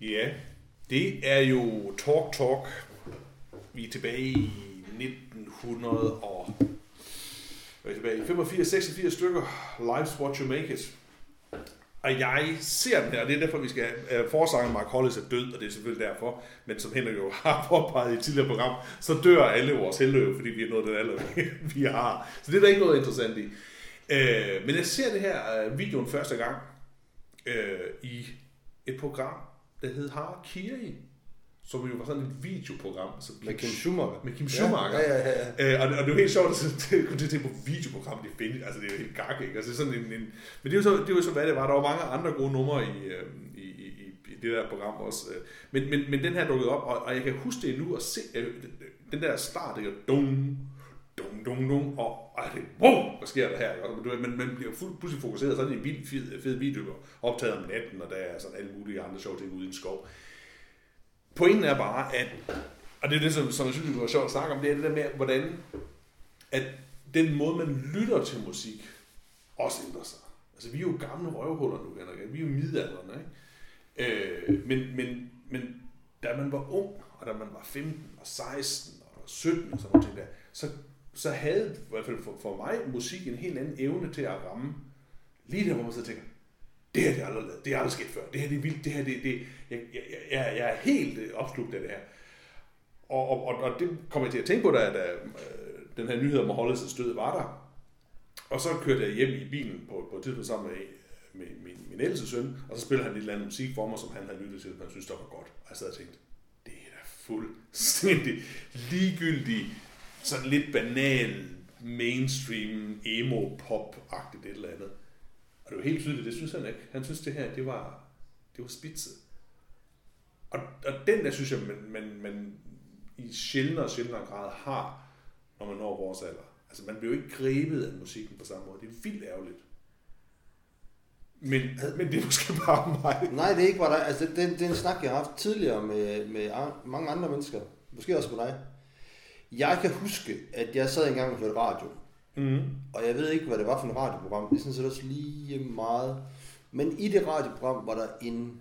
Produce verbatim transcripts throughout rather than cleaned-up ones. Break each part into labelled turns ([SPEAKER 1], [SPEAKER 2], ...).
[SPEAKER 1] Ja, det er jo Talk Talk. Vi er tilbage i nitten hundrede og femogfirs seksogfirs stykker. Life's What You Make It. Og jeg ser den her, og det er derfor, vi skal have forsanger Mark Hollis er død, og det er selvfølgelig derfor, men som Henrik jo har påpeget i et tidligere program, så dør alle vores heldø, fordi vi er nået den alder, vi har. Så det er der ikke noget interessant i. Øh, men jeg ser det her videoen første gang øh, i et program, der hed Harakiri, som jo var sådan et videoprogram. Altså
[SPEAKER 2] med Kim Schumacher.
[SPEAKER 1] Med Kim Schumacher.
[SPEAKER 2] Ja, ja, ja, ja.
[SPEAKER 1] Øh, og, og det er jo helt sjovt at kunne tænke på videoprogram, de findes. Altså det er jo helt gak, ikke? Altså, det er sådan en, en, men det er, jo så, det er jo så, hvad det var. Der var mange andre gode numre i, i, i, i det der program også. Men, men, men den her dukkede op, og, og jeg kan huske det nu og se, den der start, det er jo dum, dum, dum, dum, og, og det, wow, hvad sker der her? Men man bliver fuldt pludselig fokuseret, så er det en vild, fed, fed video, optaget om natten, og der er sådan alle mulige andre sjove ting ude i en skov. Pointen er bare, at, og det er det, som, som jeg synes, det var sjovt at snakke om, det er det der med, hvordan at den måde, man lytter til musik, også ændrer sig. Altså, vi er jo gamle røvhuller nu, vi er jo midaldrende, ikke? Øh, men, men, men da man var ung, og da man var femten og seksten og sytten og sådan noget ting der, så, så havde, i hvert fald for, for mig, musik en helt anden evne til at ramme, lige der, hvor man så tænker, det her det er aldrig lavet, det er aldrig sket før, det her det er vildt, det her det, det jeg, jeg, jeg, jeg er helt opslugt af det her. Og, og, og, og det kommer jeg til at tænke på, da, da øh, den her nyhed om Hollis' død var der. Og så kørte jeg hjem i bilen på, på et tidspunkt sammen med, med min, min ældste søn, og så spillede han lidt eller andet musik for mig, som han havde lyttet til, og han synes, det var godt. Og jeg sad og tænkte, det er da fuldstændig ligegyldigt, sådan lidt banal, mainstream, emo-pop-agtigt et eller andet. Og det var helt tydeligt, det synes han ikke. Han synes, det her, det var, det var spidse. Og, og den der, synes jeg, man, man, man i sjældnere og sjældnere grad har, når man når vores alder. Altså, man bliver jo ikke grebet af musikken på samme måde. Det er vildt ærgerligt. Men, men det er måske bare mig.
[SPEAKER 2] Nej, det er ikke bare dig. Altså, det, det er en snak, jeg har haft tidligere med, med mange andre mennesker. Måske også med dig. Jeg kan huske, at jeg sad engang og hørte radio. Mm. Og jeg ved ikke, hvad det var for et radioprogram. Det er sådan set også lige meget. Men i det radioprogram var der en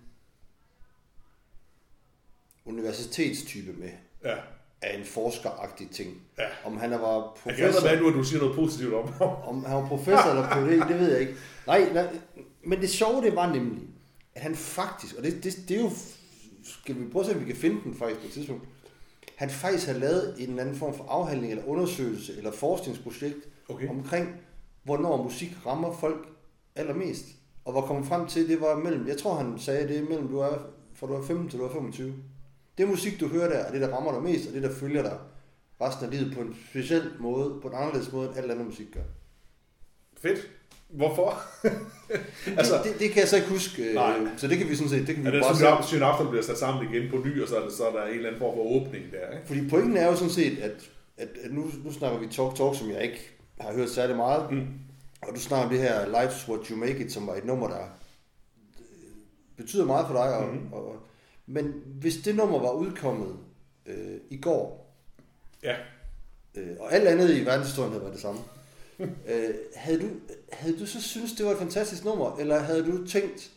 [SPEAKER 2] universitetstype med.
[SPEAKER 1] Ja.
[SPEAKER 2] Af en forskeragtig ting.
[SPEAKER 1] Ja.
[SPEAKER 2] Om han var professor.
[SPEAKER 1] Jeg kan ikke være, at du siger noget positivt om.
[SPEAKER 2] Om han var professor eller P H D, det ved jeg ikke. Nej, nej, men det sjove, det var nemlig, at han faktisk, og det, det, det er jo, skal vi prøve at se, om vi kan finde den faktisk på et tidspunkt, han faktisk har lavet en anden form for afhandling, eller undersøgelse, eller forskningsprojekt, okay, omkring, hvornår musik rammer folk allermest. Og hvor kom frem til, det var mellem, jeg tror han sagde, det er mellem, du er, fra du er femten til du er femogtyve. Det musik, du hører der, er det, der rammer dig mest, og det, der følger dig resten af livet på en speciel måde, på en anderledes måde, end alt andet musik gør.
[SPEAKER 1] Fedt. Hvorfor?
[SPEAKER 2] altså, det, det, det kan jeg så ikke huske, nej. Så det kan vi sådan set, det kan vi
[SPEAKER 1] ja, det
[SPEAKER 2] bare
[SPEAKER 1] se. Ja, det er synapsen bliver sat sammen igen på ny, og så er, det, så er der en eller anden form for åbning der, ikke?
[SPEAKER 2] Fordi pointen er jo sådan set, at, at, at nu, nu snakker vi Talk Talk, som jeg ikke har hørt særlig meget, mm. og du snakker om det her Life's What You Make It, som var et nummer, der betyder meget for dig, og, mm. og, men hvis det nummer var udkommet øh, i går,
[SPEAKER 1] ja.
[SPEAKER 2] øh, og alt andet i verdenshistorien havde været det samme, øh, havde, du, havde du så synes det var et fantastisk nummer, eller havde du tænkt,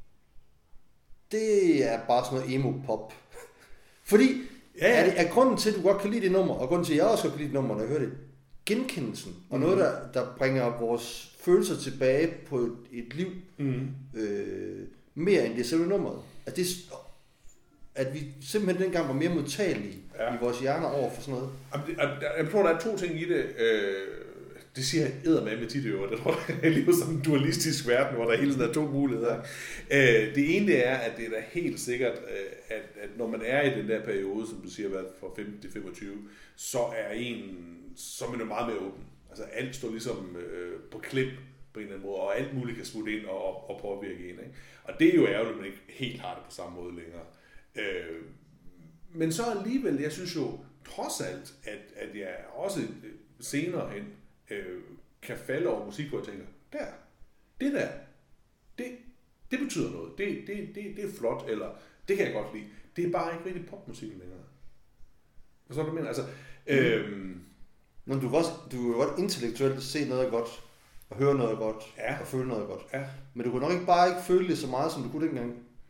[SPEAKER 2] det er bare sådan noget emo-pop? Fordi ja, ja. Er, det, er grunden til, at du godt kan lide det nummer, og grunden til, at jeg også godt kan lide det nummer, når jeg hører det, genkendelsen, og mm. noget, der, der bringer vores følelser tilbage på et, et liv, mm. øh, mere end det selve nummeret. At, det, at vi simpelthen dengang var mere modtagelige ja. I vores hjerner over for sådan noget.
[SPEAKER 1] Jeg tror, der er to ting i det. Det siger jeg eddermame tit i øvrigt. Det tror jeg er lige sådan en dualistisk verden, hvor der hele tiden er to muligheder. Det ene det er, at det er da helt sikkert, at, at når man er i den der periode, som du siger, fra femten til femogtyve, så er en, så er man jo meget mere åben. Altså alt står ligesom på klip på en eller anden måde, og alt muligt kan smutte ind og, og påvirke en. Ikke? Og det er jo ærgerligt, at man ikke helt har det på samme måde længere. Øh, men så alligevel, jeg synes jo trods alt, at, at jeg også senere hen øh, kan falde over musik, hvor jeg tænker, der, det der, det, det betyder noget, det, det, det, det er flot, eller det kan jeg godt lide. Det er bare ikke rigtig popmusik længere. Hvad så du mener? Altså, mm. øhm,
[SPEAKER 2] men du kan også, du kan godt intellektuelt se noget godt, og høre noget godt,
[SPEAKER 1] ja.
[SPEAKER 2] Og føle noget godt.
[SPEAKER 1] Ja.
[SPEAKER 2] Men du kunne nok ikke bare ikke føle det så meget, som du kunne dengang.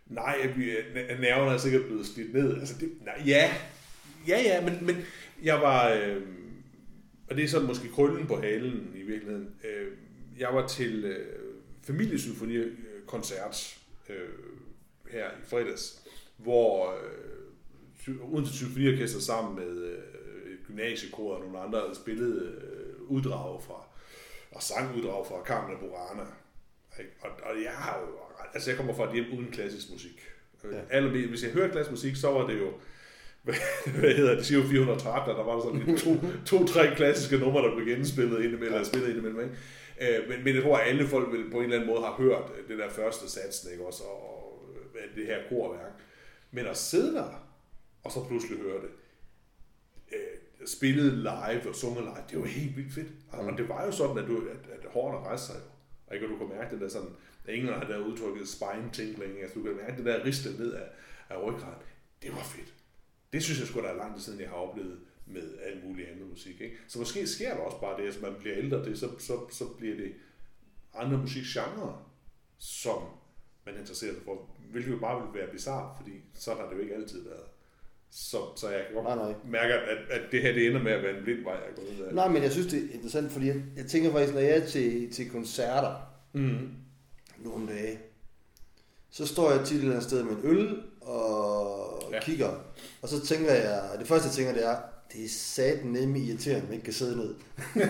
[SPEAKER 1] Nej, nerverne er sikkert blevet slidt ned. Altså det, nej, ja, ja, ja, men, men jeg var, øh, og det er sådan måske krøllen på halen i virkeligheden, øh, jeg var til øh, familiesymfonikoncert øh, her i fredags, hvor øh, Odense Symfoniorkester sammen med øh, et gymnasiekor og nogle andre spillede øh, uddrag fra, og sanguddrag fra Carmen af Burana. Og, og jeg har jo, altså jeg kommer fra et hjem uden klassisk musik. Ja. Allermest, hvis jeg hørte klassisk musik, så var det jo, hvad, hvad hedder det, siger jo fire hundrede og tretten, der var der sådan to, to-tre klassiske numre, der blev genspillet indimellem, eller spillet indimellem, ikke? Men, men jeg tror, at alle folk vil på en eller anden måde har hørt det der første satsen, ikke også, og, og det her korværk. Men at sidde der, og så pludselig høre det, øh, spillet live og sunget live, det var helt vildt fedt. Og mm. det var jo sådan, at, du, at, at hårene rejste sig jo. Og ikke, du kan mærke det der sådan, at ingen har der udtrykket spine tingling, altså du kan mærke det der ristet ned af, af ryggraden. Det var fedt. Det synes jeg sgu da er lang tid siden, jeg har oplevet med alt muligt andet musik. Ikke? Så måske sker der også bare det, at man bliver ældre, det, så, så, så bliver det andre musikgenrer, som man interesserer sig for, hvilket jo bare vil være bizarrt, fordi så har det jo ikke altid været. Så, så jeg kan godt nej, nej. mærke, at, at det her det ender med at være en blind vej. Jeg går ud af.
[SPEAKER 2] Nej, men jeg synes, det er interessant, fordi jeg, jeg tænker faktisk, når jeg er til, til koncerter, mm. nu om dage, så står jeg tit et eller andet sted med en øl og ja. kigger, og så tænker jeg, det første jeg tænker, det er, det er satan nemme irriterende, at man ikke kan sidde ned.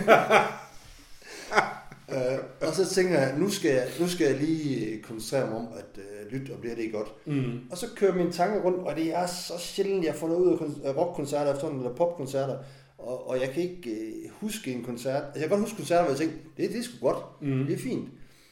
[SPEAKER 2] uh, og så tænker jeg, nu skal jeg, nu skal jeg lige koncentrere mig om at uh, lytte, og bliver det godt. Mm. Og så kører mine tanker rundt, og det er så sjældent, jeg får noget ud af rockkoncerter efter eller popkoncerter, og, og jeg kan ikke uh, huske en koncert. Altså, jeg kan godt huske koncerter, hvor jeg tænker, det, det er sgu godt, mm. det er fint.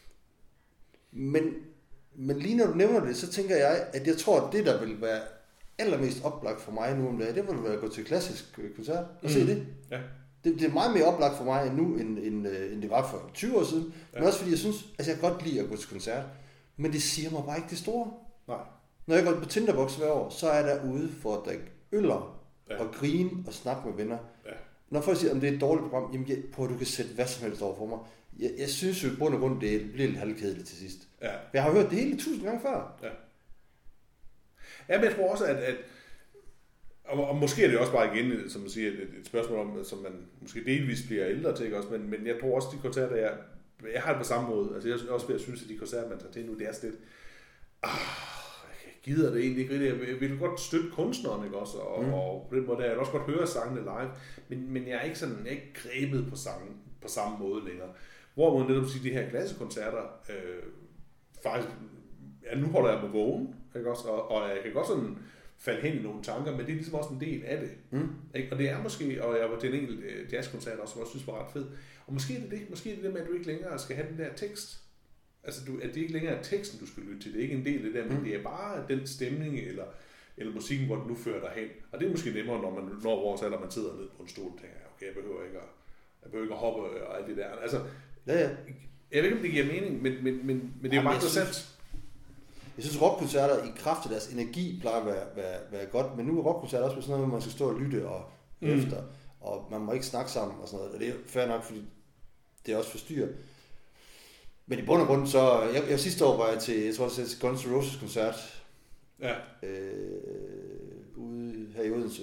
[SPEAKER 2] Men, men lige når du nævner det, så tænker jeg, at jeg tror, at det der vil være allermest oplagt for mig nu om dagen, det vil være at gå til klassisk koncert og mm. se det. Ja. det. Det er meget mere oplagt for mig nu, end, end, end det var for tyve år siden. Ja. Men også fordi jeg synes, altså jeg kan godt lide at gå til koncert, men det siger mig bare ikke det store. Nej. Når jeg går på Tinderbox hver år, så er jeg derude for at drikke øller ja. og grine og snakke med venner. Ja. Når folk siger, om det er et dårligt program, jamen jeg, prøv at du kan sætte hvad som helst over for mig. Jeg, jeg synes jo i bund og grund, det bliver lidt halvkedeligt til sidst. Ja. Jeg har hørt det hele tusind gange før.
[SPEAKER 1] Ja. Ja, men jeg tror også, at, at og, og måske er det også bare igen, som man siger, et, et spørgsmål om, som man måske delvis bliver ældre til, ikke også, men, men jeg tror også, de koncerter, jeg, jeg har det på samme måde. Altså jeg er også ved at synes, at de koncerter, man tager til nu, det er sådan lidt, ah, jeg gider det egentlig ikke rigtig. Jeg vil godt støtte kunstneren, ikke også, og, mm. og på den måde, der jeg også godt høre sangene live, men, men jeg er ikke sådan, jeg er ikke grebet på sangen på samme måde længere. Hvor man netop sige, de her klassekoncerter, øh, faktisk, ja, nu holder jeg mig vågen, ikke også, og, og jeg kan godt sådan falde hen i nogle tanker, men det er ligesom også en del af det. Mm. Ikke? Og det er måske, og jeg var til en enkelt jazzkoncert også, som jeg synes var ret fed, og måske er det det, måske er det det med, at du ikke længere skal have den der tekst. Altså, du, at det ikke længere er teksten, du skal lytte til. Det er ikke en del af det der, men mm. det er bare den stemning, eller, eller musikken, hvor du nu fører dig hen. Og det er måske nemmere, når man når vores alder, man sidder ned på en stol og tænker, okay, jeg behøver ikke at, jeg behøver ikke at hoppe og alt det der. Altså, ja, ja. Jeg ved ikke, om det giver mening, men, men, men, men det er jo meget interessant.
[SPEAKER 2] Jeg synes, rockkoncerter i kraft af deres energi plejer at være, være, være godt, men nu er rockkoncerter også sådan noget, hvor man skal stå og lytte og mm. efter, og man må ikke snakke sammen og sådan noget, og det er fair nok, fordi det er også forstyrret. Men i bund og grund, så, jeg, jeg sidste år var jeg til, jeg tror også til Guns N' Roses koncert, ja. øh, ude her i Odense,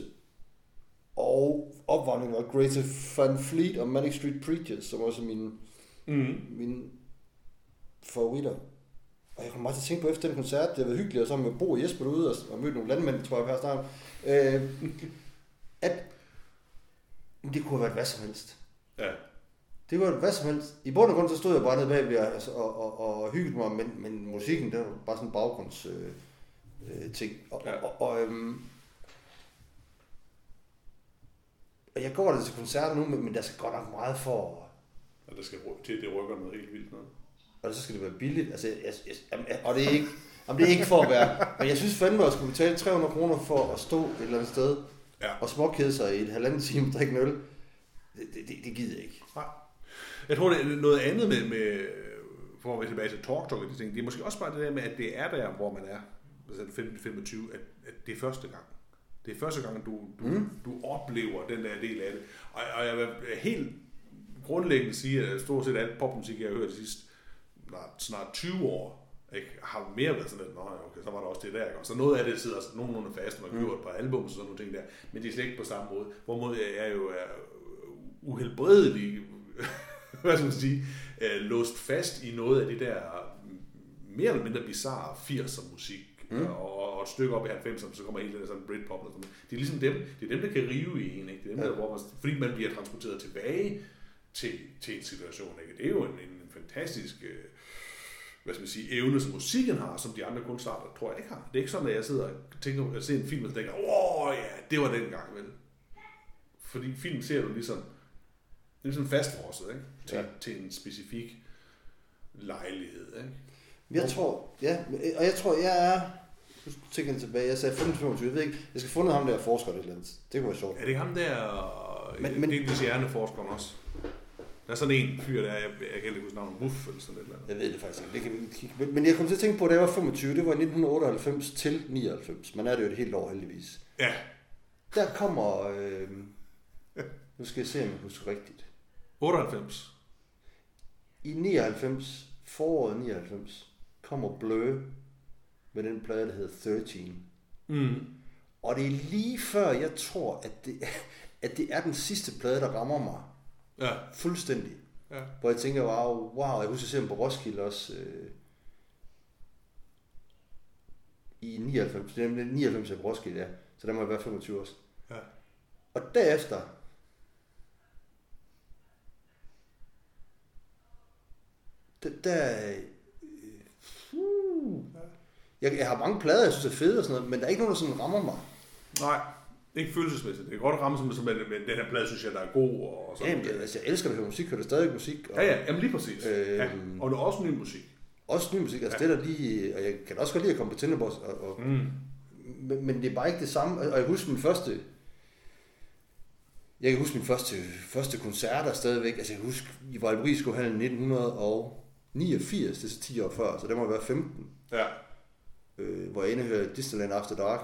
[SPEAKER 2] og opvarmningen var Greta Van Fleet og Manic Street Preachers, som også er mine, mm. mine favoritter. Og jeg kom meget til at tænke på efter den koncert, det har været hyggeligt, og så med Bo og Jesper derude, og, og mødte nogle landmænd, tror jeg, her snart, øh, at det kunne have været hvad som helst. Ja. Det kunne have været hvad som helst. I bund og grund, så stod jeg bare nede bagved altså, og, og, og hyggede mig, men, men musikken, det var bare sådan en baggrunds øh, øh, ting. Og, ja. og, og, øhm, og jeg går der til koncerter nu, men, men der skal godt nok meget for...
[SPEAKER 1] Og der skal til, det rykker noget helt vildt noget.
[SPEAKER 2] Og så skal det være billigt. Altså, jeg, jeg, og det er ikke, om det er ikke for at være... Men jeg synes fandme, at jeg skulle betale tre hundrede kroner for at stå et eller andet sted ja. og småkæde sig i et halvanden time og drikke en øl. Det, det, det, det gider jeg ikke. Nej.
[SPEAKER 1] Jeg tror, det er noget andet med, med for at være tilbage til Talk Talk, de ting. Det er måske også bare det der med, at det er der, hvor man er, altså femten til femogtyve, at, at det er første gang. Det er første gang, du, du, mm. du oplever den der del af det. Og, og jeg vil helt grundlæggende sige, at stort set alt popmusik, jeg har hørt de sidste snart tyve år, Ikke? Har mere været sådan lidt, nå okay, så var der også det der, ikke? Og så noget af det sidder nogenlunde fast, når man køber et par album og sådan nogle ting der, men det er slet ikke på samme måde. Hvorimod jeg jo er uhelbredelig, hvad skal man sige, låst fast i noget af det der mere eller mindre bizarre firser musik, mm. og, og et stykke op i halvfemserne, så kommer helt det sådan Britpop og sådan. Det er ligesom dem, det er dem, der kan rive i en, ikke? Det er dem, der, hvor man, fordi man bliver transporteret tilbage til, til en situation, ikke? Det er jo en, en fantastisk, hvad skal man sige, evne, som musikken har, som de andre kunstarter, tror jeg ikke har. Det er ikke sådan, at jeg sidder og tænker, at se en film og tænker, åh ja, det var den gang, vel? Fordi film ser du ligesom, ligesom fastforset, ikke? Til, ja. til en specifik lejlighed, ikke?
[SPEAKER 2] Jeg tror, ja, og jeg tror, jeg er, nu tænker jeg tilbage, jeg sagde femten femogtyve, jeg ved ikke, jeg skal fundet ham der forsker et eller andet. Det kunne være sjovt.
[SPEAKER 1] Er det ham der, men, men, det er hjerneforskeren også? Der er sådan en fyr, der er, jeg, jeg kan ikke huske navnet, Ruff eller sådan et eller andet.
[SPEAKER 2] Jeg ved det faktisk ikke, det kan vi kigge. Men, men jeg kom til at tænke på, da jeg var femogtyve, det var nitten otteoghalvfems til nioghalvfems. Man er det jo et helt år heldigvis.
[SPEAKER 1] Ja.
[SPEAKER 2] Der kommer, øh, nu skal jeg se, om jeg husker rigtigt.
[SPEAKER 1] otteoghalvfems.
[SPEAKER 2] I nioghalvfems, foråret nioghalvfems, kommer Blur med den plade, der hedder tretten.
[SPEAKER 1] Mm.
[SPEAKER 2] Og det er lige før, jeg tror, at det, at det er den sidste plade, der rammer mig.
[SPEAKER 1] Ja.
[SPEAKER 2] Fuldstændig.
[SPEAKER 1] Ja.
[SPEAKER 2] Hvor jeg tænker, wow, wow, jeg husker at se dem på Roskilde også øh, i nioghalvfems. Det er nioghalvfems på Roskilde, ja. Så der må jeg være femogtyve også.
[SPEAKER 1] Ja.
[SPEAKER 2] Og derefter, der, der uh, jeg, jeg har mange plader, jeg synes er fede og sådan noget, men der er ikke nogen, der sådan rammer mig.
[SPEAKER 1] Nej. Ikke følelsesmæssigt. Det kan godt ramme som, som men den her plade, synes jeg, der er god. Og sådan.
[SPEAKER 2] Jamen, jeg, altså, jeg elsker at høre musik, hører det stadig musik. Og,
[SPEAKER 1] ja, ja, jamen lige præcis.
[SPEAKER 2] Øh,
[SPEAKER 1] ja. Og det er også ny musik.
[SPEAKER 2] Også ny musik, altså ja. Det der lige, og jeg kan også godt lide at komme på Tinderbox, og, og,
[SPEAKER 1] mm.
[SPEAKER 2] men, men det er bare ikke det samme, og jeg husker min første, jeg kan huske min første, første koncerter stadigvæk, altså jeg kan huske, i Vejlberiskohallen nitten niogfirs, det er så ti år før, så det må være femten.
[SPEAKER 1] Ja.
[SPEAKER 2] Øh, hvor jeg indehørte Disneyland After Dark.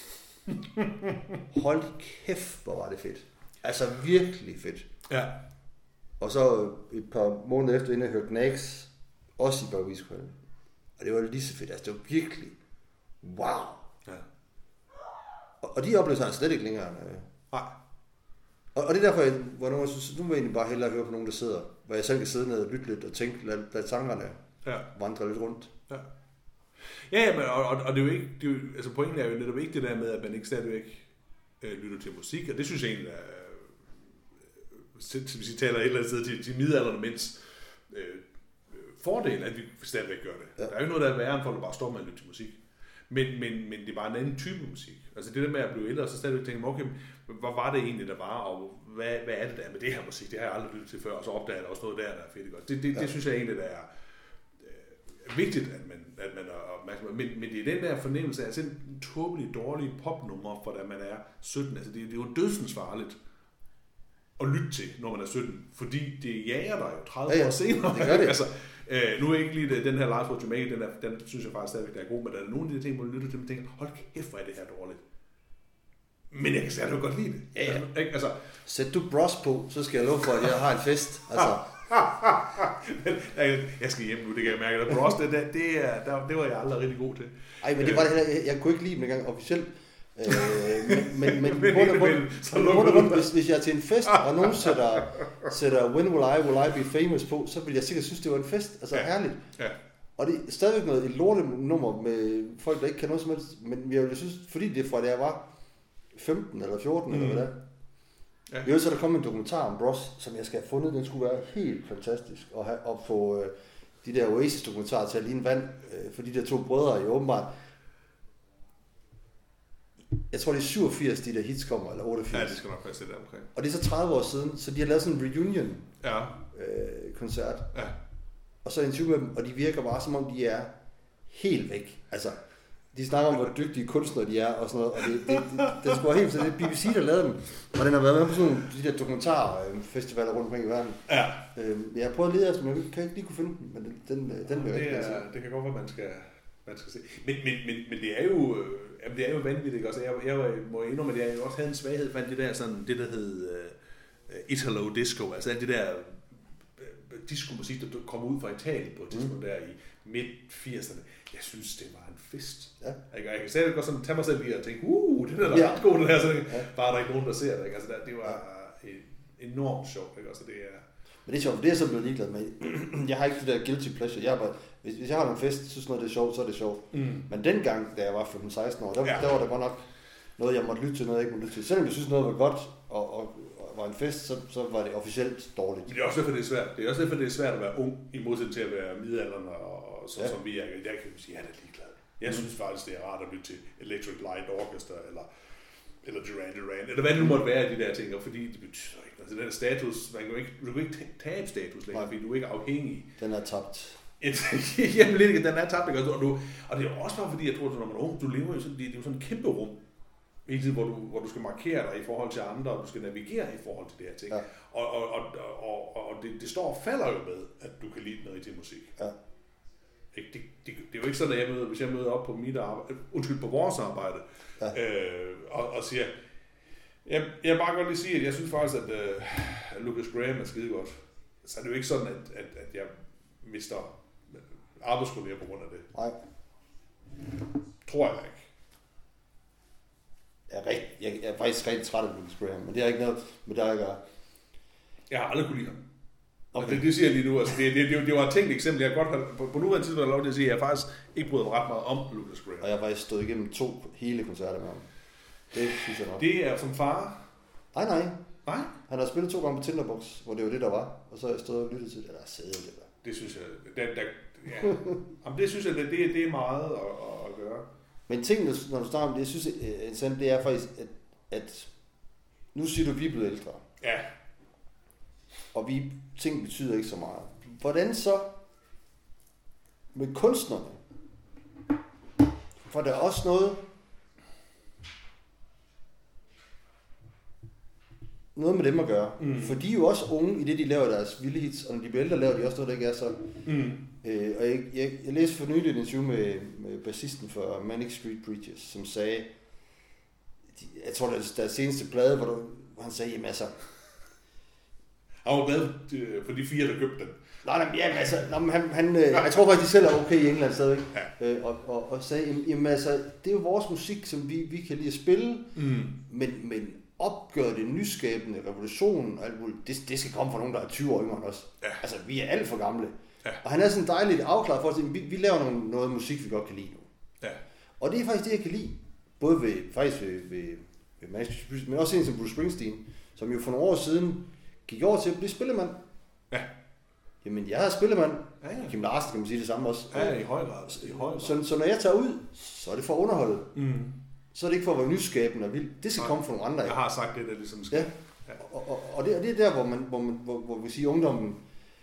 [SPEAKER 2] Hold kæft, hvor var det fedt. Altså virkelig fedt.
[SPEAKER 1] Ja.
[SPEAKER 2] Og så et par måneder efter inden jeg hørte Knags, også i Vejlberiskohallen. Og det var lige så fedt. Altså det var virkelig wow.
[SPEAKER 1] Ja.
[SPEAKER 2] Og, og de oplevelser har jeg slet ikke længere.
[SPEAKER 1] Nej.
[SPEAKER 2] Og, og det er derfor, jeg, hvor nogle synes, nu vil jeg egentlig bare hellere høre på nogen, der sidder, hvor jeg selv kan sidde ned og lytte lidt og tænke, lad, lad tankerne
[SPEAKER 1] ja.
[SPEAKER 2] vandre lidt rundt.
[SPEAKER 1] Ja. Ja, men, og, og det er jo ikke, det er jo, altså pointen er jo netop ikke det der med, at man ikke stadigvæk øh, lytter til musik, og det synes jeg egentlig er, øh, hvis vi taler et eller andet sted til, til midaldrende mænds øh, fordel, at vi stadigvæk gør det. Ja. Der er jo noget, der er værre, end folk bare står med at lytte til musik. Men, men, men det er bare en anden type musik. Altså det der med at blive ældre, så stadigvæk tænker man, okay, hvad var det egentlig, der var, og hvad, hvad er det der med det her musik? Det har jeg aldrig lyttet til før, og så opdager jeg også noget der, der er fedt. Det, det, ja. det synes jeg egentlig, der er øh, vigtigt, at man, at man er opmærksom. Men, men det er den der fornemmelse af sådan en tåbelig, dårlig popnummer, for da man er sytten. Altså det, det er jo dødsensfarligt at lytte til, når man er sytten, fordi det jager dig jo tredive ja, ja. år senere.
[SPEAKER 2] Det gør det.
[SPEAKER 1] altså, øh, nu er ikke lige den her Live for Jamaica, den, er, den synes jeg faktisk stadigvæk, der er god, men der er nogle af de ting, hvor du lytter til, man tænker, hold kæft, hvor er det her dårligt. Men jeg kan stadig godt lide det.
[SPEAKER 2] Ja, ja.
[SPEAKER 1] Altså, ikke? Altså,
[SPEAKER 2] sæt du bros på, så skal jeg love for, at jeg har en fest. Altså.
[SPEAKER 1] jeg skal hjem nu, det kan jeg mærke. Der bros, det, det, det, er, der, det var jeg aldrig rigtig god til.
[SPEAKER 2] Ej, men det var det her, jeg, jeg kunne ikke lide dem engang officielt. Øh, men men, men, men rundt, rundt, rundt, rundt, hvis, hvis jeg er til en fest, og nogen sætter, sætter When Will I, Will I Be Famous på, så vil jeg sikkert synes, det var en fest. Altså
[SPEAKER 1] ja.
[SPEAKER 2] herligt.
[SPEAKER 1] Ja.
[SPEAKER 2] Og det er stadigvæk noget, et lortenummer med folk, der ikke kan noget som helst. Men jeg vil synes, fordi det er fra da jeg var femten eller fjorten mm. eller hvad det er. Ja. Jo, så der kom en dokumentar om Bros, som jeg skal have fundet. Den skulle være helt fantastisk at, have, at få øh, de der Oasis-dokumentarer til at ligne vand øh, for de der to brødre i åbenbart. Jeg tror, det er syvogfirs, de der hits kommer, eller otteogfirs.
[SPEAKER 1] Ja, det skal nok være det der omkring.
[SPEAKER 2] Og det er så tredive år siden, så de har lavet sådan en reunion-koncert.
[SPEAKER 1] Ja. Øh,
[SPEAKER 2] ja. Og så interview med dem, og de virker bare, som om de er helt væk. Altså, de snakker om, hvor dygtige kunstnere de er, og sådan noget. Og det, det, det, det skulle være helt, så det er B B C, der lavede dem. Og den har været med på sådan nogle de der dokumentarfestivaler rundt omkring i verden.
[SPEAKER 1] Ja.
[SPEAKER 2] Øhm, jeg har prøvet at lede efter, men jeg kan ikke lige kunne finde den, men den, den, den vil jeg ikke.
[SPEAKER 1] Det, er, det kan godt være, man skal, man skal se. Men, men, men, men det er jo, jamen det er jo vanvittigt, ikke? Også, jeg, jeg må indrømme, at jeg også havde en svaghed for det der, sådan, det der hed uh, Italo Disco, altså alt det der disco-musik, der kom ud fra Italien på et tidspunkt mm. der i midt firserne. Jeg synes, det var en fest.
[SPEAKER 2] Ja.
[SPEAKER 1] Jeg, jeg kan stadig godt sådan tage mig selv i og tænke, uh, det er da ja. ret god, det her. Så ja. Bare der ikke nogen, der ser det. Ikke? Altså, det var ja. enormt sjovt. Ikke? Altså, det er...
[SPEAKER 2] Men det er sjovt, det er jeg så blevet ligeglad med. Jeg har ikke det der guilty pleasure. Jeg bare, hvis, hvis jeg har en fest, synes noget det er sjovt, så er det sjovt. Mm. Men dengang, da jeg var femten seksten år, der, ja. der var der godt nok noget, jeg måtte lytte til, noget jeg ikke måtte lytte til. Selvom jeg synes noget var godt og, og, og var en fest, så, så var det officielt dårligt.
[SPEAKER 1] Men det er også derfor, det er svært. Det er også derfor, det er svært at være ung, i modsætning til at være middelalderen og, og så, ja. som vi er. Jeg kan sige, jeg er da ligeglad. Jeg mm. synes faktisk, det er rart at lytte til Electric Light Orchestra, eller, eller Duran Duran, eller hvad det nu måtte være de der ting, fordi det betyder ikke. Altså den status, man kan jo ikke, du kan ikke tabe status længere, fordi du er ikke afhængig.
[SPEAKER 2] Den er tabt.
[SPEAKER 1] Jamen lidt, den er tabt, ikke? Og, du, og det er også bare fordi, jeg tror, at når man er ung, du lever jo sådan, det er jo sådan en kæmpe rum, hele tiden, hvor du, hvor du skal markere dig i forhold til andre, og du skal navigere i forhold til det her ting. Ja. Og, og, og, og, og det, det står og falder jo med, at du kan lide noget i til musik. Ja. Det, det, det, det er jo ikke sådan, at jeg møder, hvis jeg møder op på mit arbejde, undskyld, på vores arbejde, ja. øh, og, og siger, jeg, jeg vil bare godt lige sige, at jeg synes faktisk, at uh, Lucas Graham er skide godt. Så er det jo ikke sådan, at, at, at jeg mister arbejdskolleger på grund af det.
[SPEAKER 2] Nej.
[SPEAKER 1] Tror jeg ikke.
[SPEAKER 2] Jeg er, rigtig, jeg, jeg er faktisk rigtig træt af Lucas Graham, men det er ikke noget med dig at gøre.
[SPEAKER 1] Jeg har aldrig kunne lide ham.
[SPEAKER 2] Okay.
[SPEAKER 1] Altså, det, det siger jeg lige nu. Altså, det, det, det, det var et tænkt eksempel. Jeg godt have, på, på nuværende tidspunkt har jeg lov til at sige, at jeg faktisk ikke bryder mig ret meget om Lucas Graham.
[SPEAKER 2] Og jeg har faktisk stået igennem to hele koncerter med ham. Det synes jeg nok.
[SPEAKER 1] Det er som far?
[SPEAKER 2] Nej, nej.
[SPEAKER 1] Nej?
[SPEAKER 2] Han har spillet to gange på Tinderbox, hvor det var det, der var. Og så har jeg stået og lyttet til det. Der er sædet det der.
[SPEAKER 1] Det synes jeg, det, der, ja. Jamen, det synes jeg, det, det er meget at, at gøre.
[SPEAKER 2] Men ting, når du snakker om det, jeg synes, at det er faktisk, at, at nu siger du, at vi er blevet ældre.
[SPEAKER 1] Ja.
[SPEAKER 2] Og vi, ting betyder ikke så meget. Hvordan så med kunstnerne? For der er også noget, noget med dem at gøre. Mm. For de er jo også unge i det, de laver deres vilde hits, og når de bliver ældre, laver de også noget, der ikke er så... Mm. Øh, og jeg, jeg, jeg læste for nylig et interview med, med bassisten for Manic Street Preachers, som sagde, de, jeg tror, det er deres seneste plade, hvor, du, hvor han sagde, jamen altså...
[SPEAKER 1] Han var glad for de fire, der købte den.
[SPEAKER 2] Nej, nej, jamen, altså, han, han, jeg tror faktisk, de selv er okay i England stadigvæk. Ja. Øh, og, og, og sagde, jamen altså, det er jo vores musik, som vi, vi kan lide at spille, mm. men, men opgør det nyskabende, revolutionen og alt muligt, det, det skal komme fra nogen, der er tyve år yngre end os. Ja. Altså, vi er alt for gamle. Ja. Og han er sådan dejligt afklaret for at sige, vi, vi laver noget, noget musik, vi godt kan lide nu. Ja. Og det er faktisk det, jeg kan lide. Både ved, faktisk ved, ved, ved Manic Street Preachers, men også en som Bruce Springsteen, som jo for nogle år siden gik over til at blive spillemand. Ja. Jamen, jeg er spillemand. Ja, ja. Kim Larsen kan man sige det samme også.
[SPEAKER 1] Ja, i høj grad. I høj grad.
[SPEAKER 2] Så, så når jeg tager ud, så er det for at underholde. Mm. Så er det ikke for at være nyskabende og vild. Det skal ja. komme fra nogle andre.
[SPEAKER 1] Jeg har sagt det, der ligesom skal.
[SPEAKER 2] Ja. Ja. Og, og, og, det, og det er der, hvor man, hvor, man, hvor, hvor vi siger ungdommen.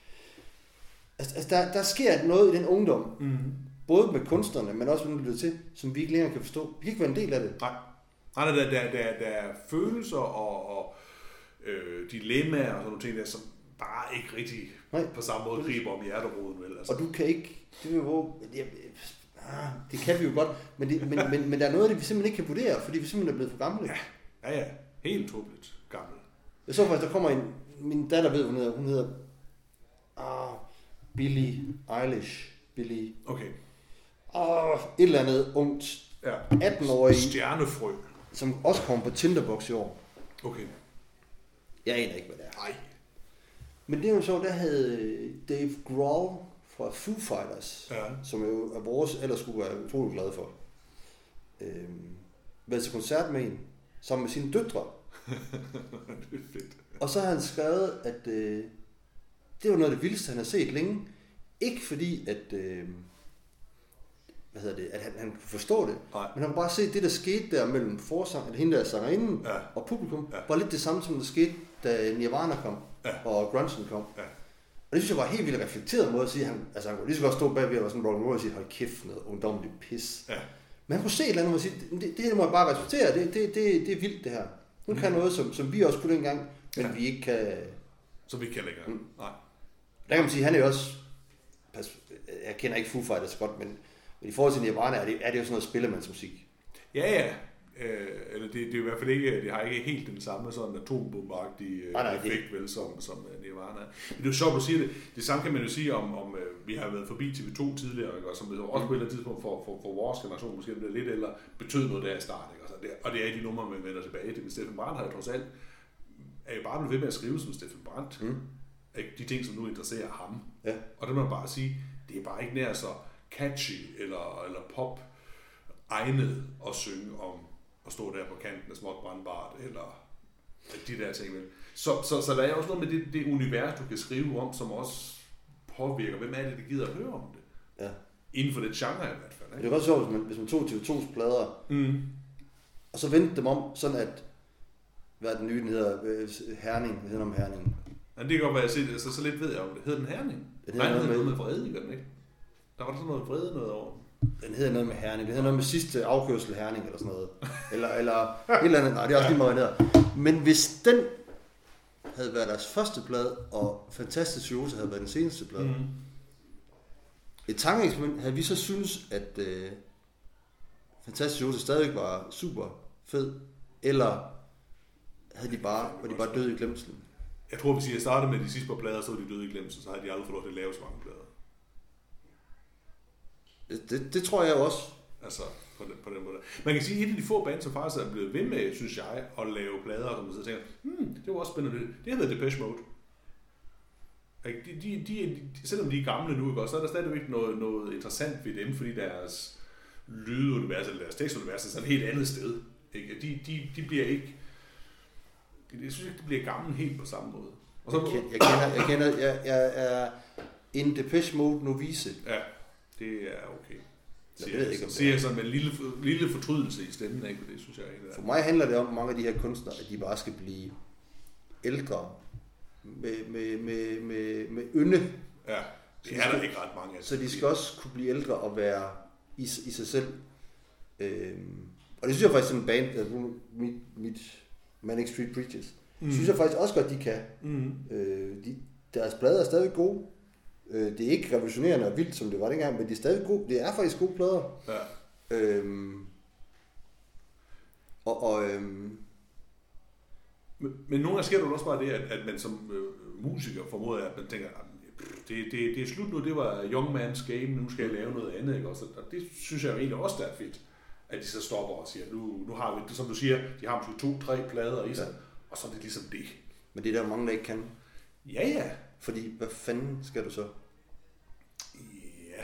[SPEAKER 2] Altså, altså der, der sker noget i den ungdom. Mm. Både med kunstnerne, men også med den, til, som vi ikke længere kan forstå. Vi kan ikke være en del af det.
[SPEAKER 1] Nej. Nej, der, der, der, der er følelser og, og øh, dilemmaer og sådan nogle ting der, som bare ikke rigtig Nej. på samme måde griber om hjerteroden, vel? Altså.
[SPEAKER 2] Og du kan ikke... Det, er jo, det, ah, det kan vi jo godt, men, det, men, men, men der er noget af det, vi simpelthen ikke kan vurdere, fordi vi simpelthen er blevet for gamle.
[SPEAKER 1] Ja, ja, ja. Helt tåbeligt gammel.
[SPEAKER 2] Jeg så faktisk, der kommer en... Min datter ved, hun hedder... Hun hedder ah, Billie Eilish. Billie...
[SPEAKER 1] Okay.
[SPEAKER 2] Ah, et eller andet ungt.
[SPEAKER 1] Ja.
[SPEAKER 2] atten-årig.
[SPEAKER 1] Stjernefrø.
[SPEAKER 2] Som også kommer på Tinderbox i år.
[SPEAKER 1] Okay.
[SPEAKER 2] Jeg aner ikke, hvad det er.
[SPEAKER 1] Nej.
[SPEAKER 2] Men det er jo så, der havde Dave Grohl fra Foo Fighters, ja. som jo er vores aldersgruppe er utrolig glade for, øhm, været til koncert med en, sammen med sine døtre.
[SPEAKER 1] Det er fedt.
[SPEAKER 2] Og så har han skrevet, at øh, det var noget af det vildeste, han har set længe. Ikke fordi, at, øh, hvad hedder det, at han, han kunne forstå det, Nej. men han kunne bare se, det der skete der mellem forsang, at hende der sangerinden ja. og publikum, ja. var lidt det samme, som der skete, da Nirvana kom, ja. og grungen kom. Ja. Og det synes jeg var helt vildt reflekteret måde at sige, at han, altså han kunne lige så godt stå bagved og sådan rock'n'roll og sige, hold kæft, noget ungdomligt pis. Ja. Men han kunne se et eller andet og sige, det, det må jeg bare respektere, det, det, det, det er vildt det her. Hun mm. kan noget, som, som vi også kunne dengang, men ja. vi ikke kan...
[SPEAKER 1] Som vi ikke kan længere. Mm. Nej.
[SPEAKER 2] Der kan man sige, han er jo også, pas, jeg kender ikke Foo Fighters godt, men, men i forhold til Nirvana er det, er det jo sådan noget spillemandsmusik.
[SPEAKER 1] Ja, ja. Øh, eller det, det er i hvert fald ikke, det har ikke helt den samme sådan atombombeagtige øh, effekt, vel, som, som Nirvana. Men det er jo sjovt, at sige det. Det samme kan man jo sige om, om vi har været forbi T V to tidligere, ikke? Og som også på et eller andet tidspunkt for, for, for vores generation, måske bliver lidt ældre, betød noget der i starten. Ikke? Og, det, og det er de numre, man vender tilbage til. Men Steffen Brandt har jo trods alt, er jo bare blevet ved med at skrive som Steffen Brandt. Mm. De ting, som nu interesserer ham.
[SPEAKER 2] Ja.
[SPEAKER 1] Og det må man bare sige, det er bare ikke nær så catchy eller, eller pop egnet at synge om at stå der på kanten af småt brandbart, eller de der ting. Så, så, så der er også noget med det, det univers, du kan skrive om, som også påvirker, hvem er det, der gider at høre om det. Ja. Inden for det genre i hvert fald. Ikke?
[SPEAKER 2] Det er godt sjovt, hvis man, hvis man tog T V tos plader, mm. og så vendte dem om, sådan at, hvad den nye, den hedder, Herning, hvad hedder den om Herning?
[SPEAKER 1] Ja, det kan godt være, jeg siger, så, så lidt ved jeg om det. Hedder den Herning? Den Nej, den hedder noget med, med vrede, gør den ikke? Der var der sådan noget vrede noget over.
[SPEAKER 2] Den hedder noget med Herning. Den hedder noget med sidste afkørsel Herning, eller sådan noget. Eller, eller et eller andet. Nej, det er også lige meget der. Men hvis den havde været deres første plade, og Fantastisk Furiosa havde været den seneste plade, mm. et tankeeksperiment, havde vi så synes, at øh, Fantastisk Furiosa stadig var super fed, eller havde de bare, var de bare døde i glemslen?
[SPEAKER 1] Jeg tror, hvis jeg startede med de sidste par plader, så var de døde i glemslen, så havde de aldrig fået lov til at lave så mange plader.
[SPEAKER 2] Det, det, det tror jeg også.
[SPEAKER 1] Altså, på den, på den måde. Man kan sige, at et af de få bands, som faktisk er blevet ved med, synes jeg, at lave plader, som man så tænker, hmm, det var også spændende. Det har været Depeche Mode. De, de, de, de, selvom de er gamle nu, så er der stadigvæk noget, noget interessant ved dem, fordi deres lydunivers, eller deres tekstunivers er sådan et helt andet sted. Ikke? De, de, de bliver ikke, de, jeg synes ikke, de bliver gamle helt på samme måde. Og så,
[SPEAKER 2] jeg, jeg kender, jeg kender, jeg, jeg er en Depeche Mode novice.
[SPEAKER 1] Ja. Det er okay.
[SPEAKER 2] Jeg ved ikke, om
[SPEAKER 1] siger jeg sådan med en lille, lille fortrydelse i stemmen, ikke? Det synes jeg ikke.
[SPEAKER 2] For mig handler det om mange af de her kunstnere, at de bare skal blive ældre med, med, med, med, med ynde.
[SPEAKER 1] Ja, det er der ikke ret mange af.
[SPEAKER 2] Så de skal også kunne blive ældre og være i, i sig selv. Øhm, og det synes jeg faktisk sådan en band, altså mit, mit Manic Street Preachers, mm. synes jeg faktisk også godt, de kan. Mm. Øh, de, deres plader er stadig gode. Det er ikke revolutionerende og vildt, som det var dengang, men det er stadig gode. Det er faktisk gode plader. Ja. Øhm, og, og, øhm,
[SPEAKER 1] men, men nogle gange sker det også bare det, at, at man som øh, musiker formoder, at man tænker, det, det, det er slut nu, det var young man's game, nu skal jeg lave noget andet. Ikke? Og det synes jeg jo egentlig også, der er fedt, at de så stopper og siger, nu, nu har vi, som du siger, de har måske to-tre plader i sig, ja. Og så er det ligesom det.
[SPEAKER 2] Men det er der mange, der ikke kan.
[SPEAKER 1] Ja, ja.
[SPEAKER 2] Fordi, hvad fanden skal du så?
[SPEAKER 1] Ja.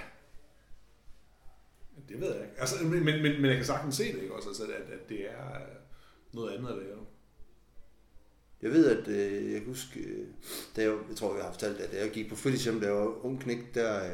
[SPEAKER 1] Det ved jeg ikke. Altså, men, men, men jeg kan sagtens se det, ikke? Også, altså, at, at det er noget andet at lave.
[SPEAKER 2] Jeg ved, at øh, jeg kan huske, øh, da jeg, jeg tror, jeg har fortalt, at da jeg gik på fritidshjem, da jeg var ung knægt, der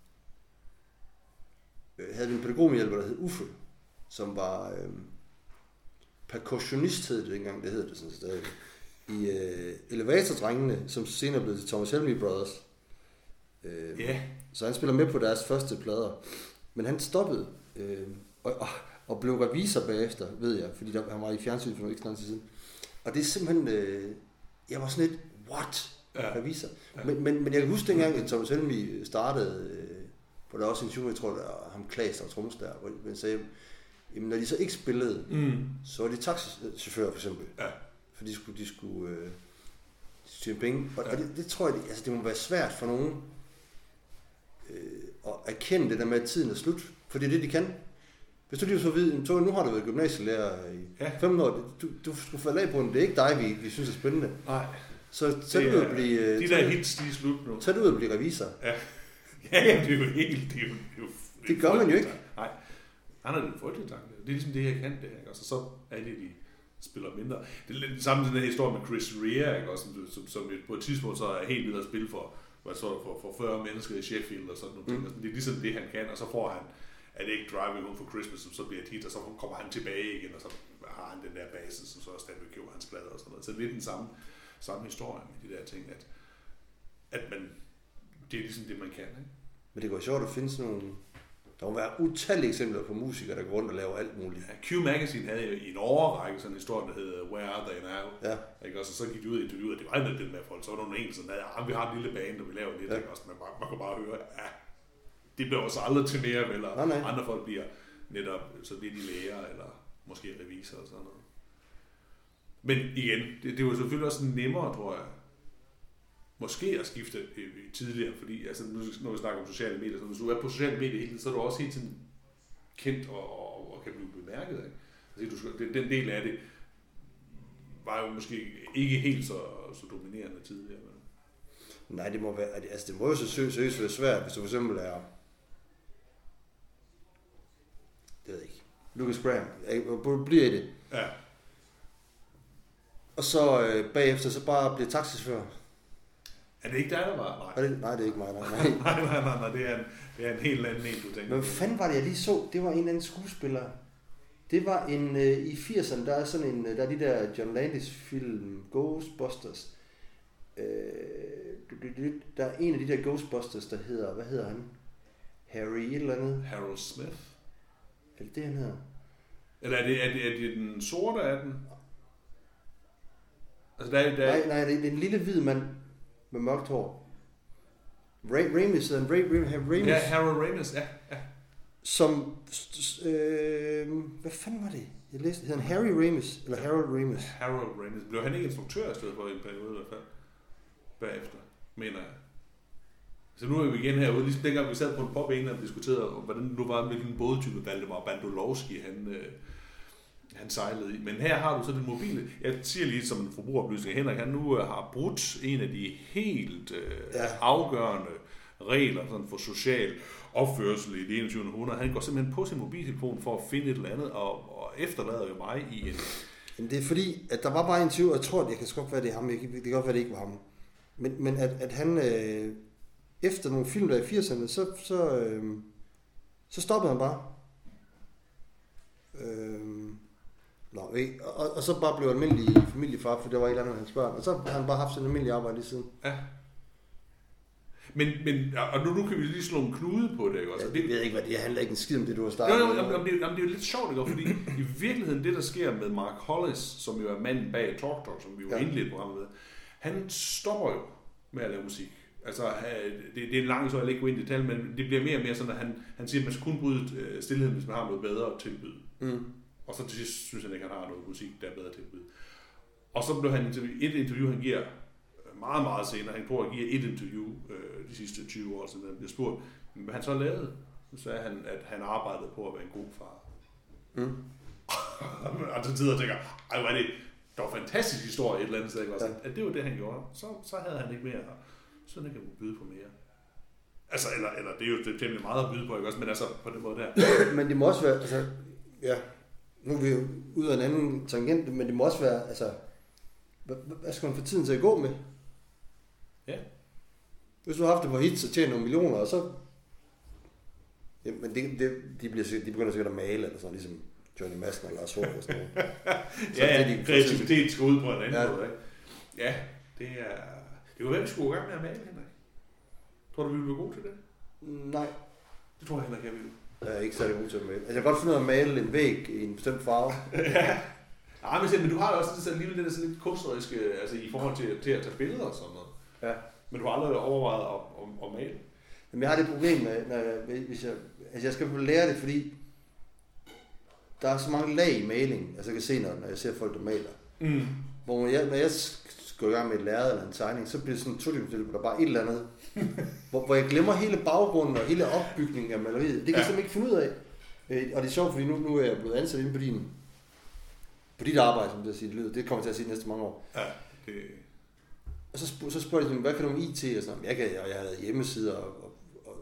[SPEAKER 2] øh, havde vi en pædagogmedhjælper, der hed Uffe, som var øh, percussionist, hed det dengang, det hedder det sådan stadig. I øh, Elevatordrengene, som senere blev til Thomas Helmig Brothers. Øh, yeah. Så han spiller med på deres første plader. Men han stoppede øh, og, og, og blev revisor bagefter, ved jeg, fordi der, han var i fjernsyn for ikke så lang tid siden. Og det er simpelthen, øh, jeg var sådan lidt, what? Ja. Revisor. Ja. Men, men, men jeg kan huske dengang, at Thomas Helmig startede, øh, hvor der også en show, jeg tror, der var ham Klaas og Troms der, hvor han sagde, jamen når de så ikke spillede, mm. så var de taxichauffører for eksempel. Ja. For de skulle, de skulle øh, tjene penge. Og, ja. og det, det tror jeg, det, altså det må være svært for nogen øh, at erkende det der med, at tiden er slut. For det er det, de kan. Hvis du lige så vidt, nu har du været gymnasielærer i ja. femten år, du, du skulle falde af på den, det er ikke dig, vi, vi synes er spændende. Nej. Så tag du ud at blive...
[SPEAKER 1] De der hits, de er slut nu.
[SPEAKER 2] Tag du ud at blive revisor.
[SPEAKER 1] Ja. Ja, ja, det er jo helt... Det, er jo, det, er jo,
[SPEAKER 2] det, det gør man jo ikke.
[SPEAKER 1] Nej. Han har det frygteligt tanke. Det er ligesom det, jeg kan det. Ikke? Og så, så er det, de spiller mindre. Det er lidt det samme den her historie med Chris Rea, ikke? Også, som, som, som på et tidspunkt så er helt videre at spille for, hvad så, for, for fyrre mennesker i Sheffield og sådan noget. Mm. Det er ligesom det, han kan, og så får han, er det ikke Driving Home for Christmas, som så bliver et hit, og så kommer han tilbage igen, og så har han den der basis, som så stadigvæk køber hans plader og sådan noget. Så det er lidt den samme, samme historie med de der ting, at, at man, det er ligesom det, man kan. Ikke?
[SPEAKER 2] Men det går sjovt at finde sådan nogle... Der må være utallige eksempler på musikere, der går rundt og laver alt muligt.
[SPEAKER 1] Ja, Q Magazine havde jo i en overrække sådan en historie, der hedder Where Are They Now? Ja. Ikke? Og så, så gik de ud i interviewet, og det var ikke det med folk. Så var der nogle enkelte, der ah, vi har en lille band, og vi laver lidt. Ja. Ikke? Også, man, bare, man kan bare høre, ja, det bliver også aldrig til mere, eller nej, nej. Andre folk bliver netop, så bliver de læger, eller måske revisor og sådan noget. Men igen, det, det var selvfølgelig også nemmere, tror jeg, måske at skifte øh, tidligere, fordi altså, nu, når vi snakker om sociale medier, så hvis du er på sociale medier hele tiden, så er du også hele tiden kendt og, og, og kan blive bemærket af. Altså, du skal, den del af det var jo måske ikke helt så, så dominerende tidligere. Men...
[SPEAKER 2] Nej, det må være, altså det må jo så seriøst være svært, hvis du for eksempel er, det ved jeg ikke, Lucas Graham, bliver i det.
[SPEAKER 1] Ja.
[SPEAKER 2] Og så øh, bagefter så bare bliver taxichauffør.
[SPEAKER 1] Er det ikke dig, der var? Nej.
[SPEAKER 2] Det, nej, det er ikke mig. Nej,
[SPEAKER 1] nej, nej, nej, nej, nej, det er en, det er en helt anden en, du tænker.
[SPEAKER 2] Men hvad fanden var det, jeg lige så? Det var en eller anden skuespiller. Det var en, øh, i firserne, der er sådan en, der er de der John Landis film, Ghostbusters. Øh, der er en af de der Ghostbusters, der hedder, hvad hedder han? Harry et eller andet?
[SPEAKER 1] Harold Smith.
[SPEAKER 2] Er det det, han hedder?
[SPEAKER 1] Eller er det, er det, er det den sorte af den? Altså, der er, der er...
[SPEAKER 2] Nej, nej, det er en lille hvid mand med mørkt hår. Ray, Ramis, Ray, Ray, Ramis.
[SPEAKER 1] Ja, Harold Ramis, ja. ja.
[SPEAKER 2] Som, øh, hvad fanden var det? Jeg læste, hed han Harry Ramis, eller Harold Ramis?
[SPEAKER 1] Harold Ramis. Blev han ikke instruktør i stedet for en periode i hvert fald? Bagefter, mener jeg. Så nu er vi igen herude, ligesom dengang vi sad på en pop-en og diskuterede, hvordan det nu var med den bådtype Valdemar Bandolowski, han, øh, han sejlede i. Men her har du så den mobile. Jeg siger lige som en forbrugeroplysning, Henrik, han nu øh, har brudt en af de helt øh, ja. afgørende regler sådan for social opførsel i det enogtyvende århundrede. Han går simpelthen på sin mobiltelefon for at finde et eller andet, og, og efterlader jo mig i en...
[SPEAKER 2] Jamen det er fordi, at der var bare en tvivl, og jeg tror, det kan godt være, det er ham. Det kan godt være, det ikke var ham. Men, men at, at han... Øh, efter nogle film der i firserne, så, så, øh, så stoppede han bare. Øh, nå, ikke? Og, og så bare blev almindelig familiefar, for det var et eller andet af hans børn. Og så har han bare haft sin almindelige arbejde lige siden.
[SPEAKER 1] Ja. Men, men og nu, nu kan vi lige slå en knude på det, ikke også?
[SPEAKER 2] Ja, det ved jeg ikke, hvad det handler ikke en skid om det, du har startet.
[SPEAKER 1] Jo, jo, jamen, jamen, det, jamen, det er jo lidt sjovt, ikke? Fordi i virkeligheden, det der sker med Mark Hollis, som jo er manden bag Talk Talk, som vi jo ja. indledte programmet med, han stopper jo med at lave musik. Altså, det, det er en lang historie, jeg ikke gå ind i detaljer, men det bliver mere og mere sådan, at han, han siger, at man skal kun bryde stillheden, hvis man har noget bedre at tilbyde. Mm. Og så til sidst synes han ikke, at han har noget musik, der er bedre at tilbyde. Og så blev han et interview, han giver meget, meget senere. Han prøver at give et interview øh, de sidste tyve år, siden han bliver spurgt, hvad han så lavede. Så sagde han, at han arbejdede på at være en god far. Mm. Og så tider og tænker, ej, hvor er det, der var en fantastisk historie et eller andet sted, ja. At det var det, han gjorde. Så, så havde han ikke mere, så han ikke kunne byde på mere. Altså, eller, eller det er jo det, temmelig meget at byde på, ikke også? Men altså, på den måde der.
[SPEAKER 2] Men det må også være, altså, ja, nu er vi jo ud af en anden tangent, men det må også være, altså, hvad, hvad skal man få tiden til at gå med?
[SPEAKER 1] Ja.
[SPEAKER 2] Hvis du har haft det på hits, så tjener nogle millioner, og så... Jamen, det, det, de, bliver, de begynder sikkert at male, eller sådan, ligesom Johnny Madsen eller Lars Hård og sådan noget.
[SPEAKER 1] Så ja, ja, de kreativitet skal ud på en anden ja. måde, ikke? Ja, det er... Det kunne være, vi skulle gå i gang med at male, Henrik. Tror du, vi vil blive gode til det?
[SPEAKER 2] Nej.
[SPEAKER 1] Det tror jeg heller ikke, jeg vil.
[SPEAKER 2] Jeg er ikke særlig god til at male. Altså, jeg kan godt finde ud af at male en væg i en bestemt farve.
[SPEAKER 1] Ja. Ja, men, men du har jo også sådan, alligevel det der sådan lidt kunstneriske, altså i forhold til, til at tage billeder og sådan noget.
[SPEAKER 2] Ja.
[SPEAKER 1] Men du har aldrig overvejet at, at, at male?
[SPEAKER 2] Jamen, jeg har det problem med, når jeg, hvis jeg, altså jeg skal lære det, fordi der er så mange lag i maling, altså jeg kan se, når, når jeg ser folk, der maler. Mm. Hvor jeg, når jeg går i gang med et lærred eller en tegning, så bliver det sådan en to-dimensionel, hvor der bare et eller andet, hvor, hvor jeg glemmer hele baggrunden og hele opbygningen af maleriet. Det kan ja. jeg simpelthen ikke finde ud af. Og det er sjovt, fordi nu, nu er jeg blevet ansat inde på din, på dit arbejde, som det at sige, det lyder. Det kommer jeg til at sige næste mange år.
[SPEAKER 1] Ja, det...
[SPEAKER 2] Og så, spørger, så spørger de, hvad kan du med I T? Og sådan, jeg, kan, og jeg har lavet hjemmesider, og, og, og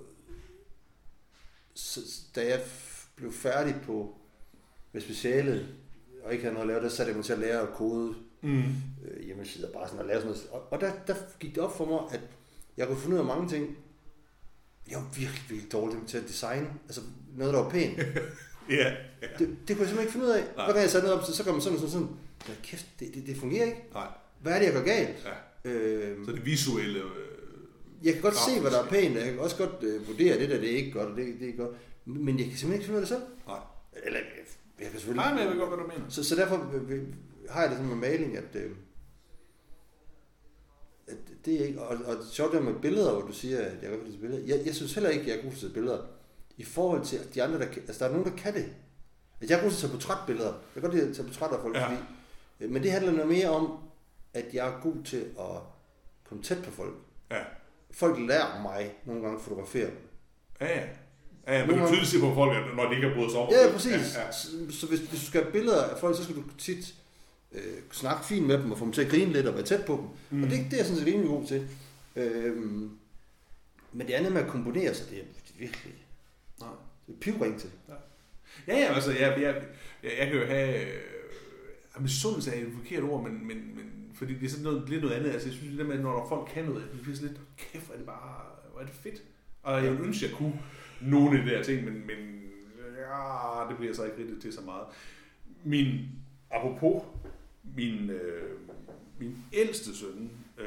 [SPEAKER 2] så, da jeg blev færdig på med specialet, og ikke havde noget at lave, der satte jeg mig til at lære at kode mm. øh, hjemmesider, bare sådan at lave sådan noget. Og, og der, der gik det op for mig, at jeg kunne finde ud af mange ting. Jeg var virkelig, virkelig dårlig til at designe, altså noget, der var pænt.
[SPEAKER 1] yeah,
[SPEAKER 2] yeah. Det, det kunne jeg simpelthen ikke finde ud af. Nej. Hver gang jeg satte noget op, så, så kom man sådan sådan, sådan, sådan kæft, det, det, det fungerer ikke.
[SPEAKER 1] Nej.
[SPEAKER 2] Hvad er det, jeg gør galt?
[SPEAKER 1] Ja. Øhm, så det visuelle... Øh,
[SPEAKER 2] jeg kan godt grafisk. se, hvad der er pænt, og jeg kan også godt øh, vurdere det der, det er ikke godt, og det, det er ikke godt. Men jeg kan simpelthen ikke finde ud af det selv.
[SPEAKER 1] Nej.
[SPEAKER 2] Eller, jeg, jeg kan selvfølgelig...
[SPEAKER 1] Nej, men jeg ved godt, hvad du mener.
[SPEAKER 2] Så, så derfor har jeg det sådan med maling, at, øh, at det er ikke... Og, og det er sjovt der med billeder, hvor du siger, at jeg er god til billeder. Jeg, jeg synes heller ikke, at jeg er god til billeder. I forhold til de andre, der kan... Altså, der er nogen, der kan det. Altså, jeg er god til at tage portrætbilleder. Jeg kan godt lide at tage portrætter af folk, ja. fordi... Men det handler noget mere om, at jeg er god til at komme tæt på folk.
[SPEAKER 1] Ja.
[SPEAKER 2] Folk lærer mig nogle gange at fotografere dem.
[SPEAKER 1] Ja, ja. Ja, men du tydeligt siger på folk, når de ikke har brugt sig om.
[SPEAKER 2] Ja, præcis. Ja, ja.
[SPEAKER 1] Så,
[SPEAKER 2] så hvis, hvis du skal have billeder af folk, så skal du tit øh, snakke fint med dem og få dem til at grine lidt og være tæt på dem. Mm. Og det, det er jeg sådan set rimelig god til. Øhm, men det andet med at komponere sig, det er, det er virkelig... Nej. Det er pivring til.
[SPEAKER 1] Ja, ja, ja altså, jeg, jeg, jeg, jeg kan jo have... Øh, misundelse er et forkert ord, men, men, men fordi det er sådan noget, lidt noget andet. Altså, jeg synes, det der med, når der folk kan noget, det bliver sådan lidt, kæft, hvor er det bare, hvor er det fedt. Og jeg ønsker, jeg kunne nogle af de der ting, men, men ja, det bliver så ikke rigtig til så meget. Min, apropos, min, øh, min ældste søn, øh,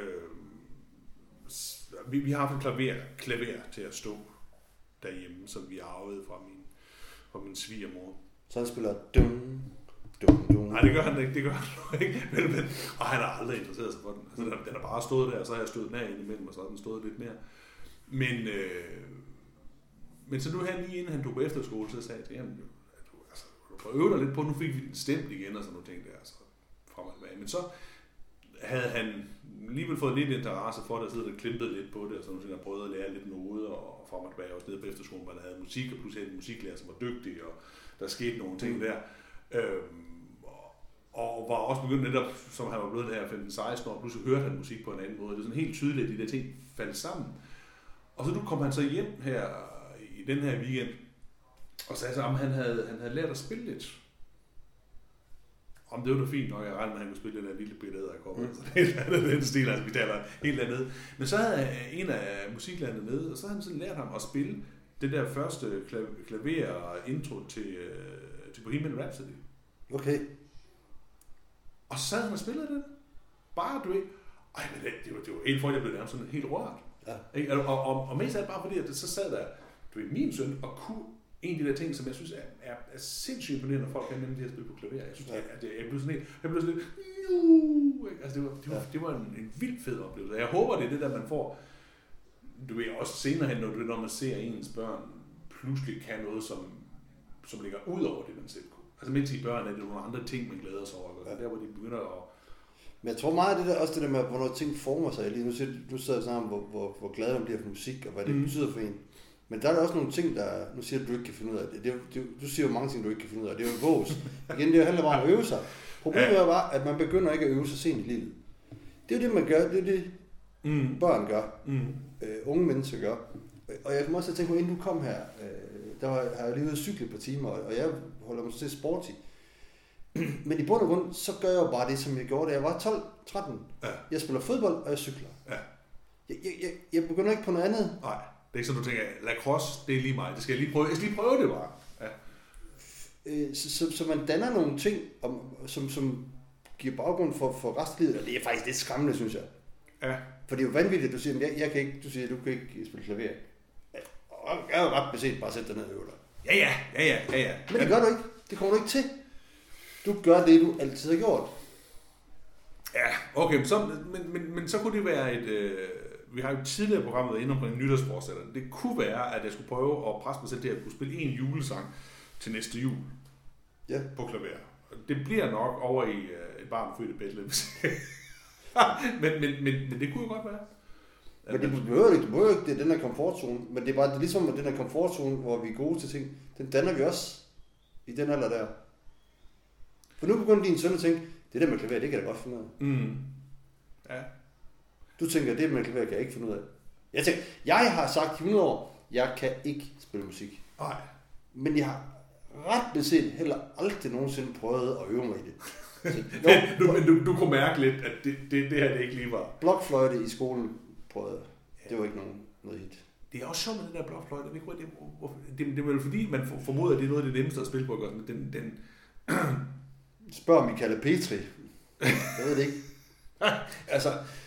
[SPEAKER 1] vi, vi har haft en klaver, klaver til at stå derhjemme, som vi arvede fra min, fra min svigermor.
[SPEAKER 2] Så han spiller dum, dum, dum.
[SPEAKER 1] Nej, det gør han ikke, det gør han ikke. Men, men, og han har aldrig interesseret sig for den. Altså, den, den har bare stået der, og så har jeg stået den her ind imellem, og så har den stået lidt mere. Men, øh, men så nu her lige inden han tog på efterskole, så sagde jeg til ham, at du, altså, du prøver dig lidt på, nu fik vi den stempel igen, og sådan nogle ting der, altså, frem og tilbage. Men så havde han alligevel fået lidt interesse for det, og siddet og klimpet lidt på det, og sådan noget, og prøvet at lære lidt noder, og frem og tilbage, også nede på efterskolen, hvor der havde musik, og pludselig havde en musiklærer, som var dygtig, og der skete nogle ting der. Øhm, og var også begyndt netop, som han var blevet der femten seksten år, pludselig hørte han musik på en anden måde. Det er sådan helt tydeligt, at de der ting faldt sammen. Og så nu kom han så hjem her i den her weekend, og sagde så, at han havde, han havde lært at spille lidt. Om det var da fint nok, jeg regnede med, at han kunne spille den der lille bitte æderkop. Mm. Altså, det er den stil, altså vi taler helt andet. Men så havde en af musiklærerne med, og så havde han sådan lært ham at spille det der første klaver intro til, til Bohemian Rhapsody.
[SPEAKER 2] Okay.
[SPEAKER 1] Og så sad han og spillede det. Bare, du ikke. Ej, men det, det, var, det var helt for, at jeg blev nærmest sådan helt rørt. Ja. Og, og, og, og mest af alt bare fordi, at det, så sad der, du er min søn, og kunne en af de der ting, som jeg synes er, er, er sindssygt imponerende, når folk kan nemlig det her spille på klaver. Jeg synes, ja. at det, jeg blev sådan helt, jeg blev sådan lidt, juuu, altså det var, det var, ja. det var en, en vild fed oplevelse. Jeg håber, det er det der, man får, du ved, også senere hen, når, du, når man ser ens børn pludselig kan noget, som, som ligger ud over det, man selv kunne. Altså mens i børn er det nogle andre ting, man glæder sig over. Ja. Der, hvor de begynder at...
[SPEAKER 2] Men jeg tror meget af det der, også det der med, hvornår ting former sig. Lige nu, nu sidder jeg sammen, hvor, hvor, hvor glad man bliver for musik, og hvad det mm. betyder for en. Men der er der også nogle ting, der... Nu siger du, du ikke kan finde ud af det. det, det du siger jo mange ting, du ikke kan finde ud af. Det er jo vås. Igen, det handler bare om at øve sig. Problemet ja. er bare, at man begynder ikke at øve sig sent i livet. Det er jo det, man gør. Det er det, mm. børn gør. Mm. Øh, unge mennesker gør. Og jeg kan også tænke på, inden du kom her, øh, der har jeg lige været cyklet på timer, og jeg holder mig til sport i. Men i bund og grund, så gør jeg jo bare det, som jeg gjorde, da jeg var tolv tretten. Ja. Jeg spiller fodbold, og jeg cykler. Ja. Jeg, jeg, jeg, jeg begynder ikke på noget andet.
[SPEAKER 1] Nej, det er ikke sådan, du tænker, lacrosse, det er lige mig. Det skal jeg lige prøve. Jeg skal lige prøve det bare. Ja.
[SPEAKER 2] Øh, så, så, så man danner nogle ting, om, som, som giver baggrund for, for restlivet, og det er faktisk lidt skræmmende, synes jeg. Ja. For det er jo vanvittigt, du siger, jeg, jeg kan ikke, du siger, du kan ikke spille klaver. Og jeg er jo ret beset bare at sætte dig ned og øve dig.
[SPEAKER 1] Ja, ja, ja, ja, ja, ja.
[SPEAKER 2] Men det gør du ikke. Det kommer du ikke til. Du gør det, du altid har gjort.
[SPEAKER 1] Ja, okay, så, men, men, men så kunne det være et... Øh, vi har jo tidligere programmet inde omkring nytårsforsætterne. Det kunne være, at jeg skulle prøve at presse mig selv til at kunne spille en julesang til næste jul. Ja. På klaver. Det bliver nok over i øh, et barn født i Bethlehem. men, men, men, men det kunne jo godt være.
[SPEAKER 2] Men det behøver ikke, det behøver ikke, det er den her komfortzone. Men det er bare det er ligesom, at den her komfortzone, hvor vi er gode til ting, den danner vi også i den alder der. For nu begynder din søn at tænke, det der med klaver, det kan jeg da godt finde ud af. Mm. Ja. Du tænker, det med klaver kan jeg ikke finde ud af. Jeg tænker, jeg har sagt i hundrede år, jeg kan ikke spille musik. Nej. Men jeg har ret beset heller aldrig nogensinde prøvet at øve mig i det.
[SPEAKER 1] Så, jo, du, du, du kunne mærke lidt, at det, det, det her det ikke lige var.
[SPEAKER 2] Blokfløjte i skolen prøvede jeg. Det var ikke nogen, noget hit.
[SPEAKER 1] Det er også sjovt med den der blokfløjte. Det, det, det, det er vel fordi, man formoder, at det er noget af det nemmeste at spille på. Den, den...
[SPEAKER 2] Spørg Michael Petri. Jeg ved det ikke. Altså,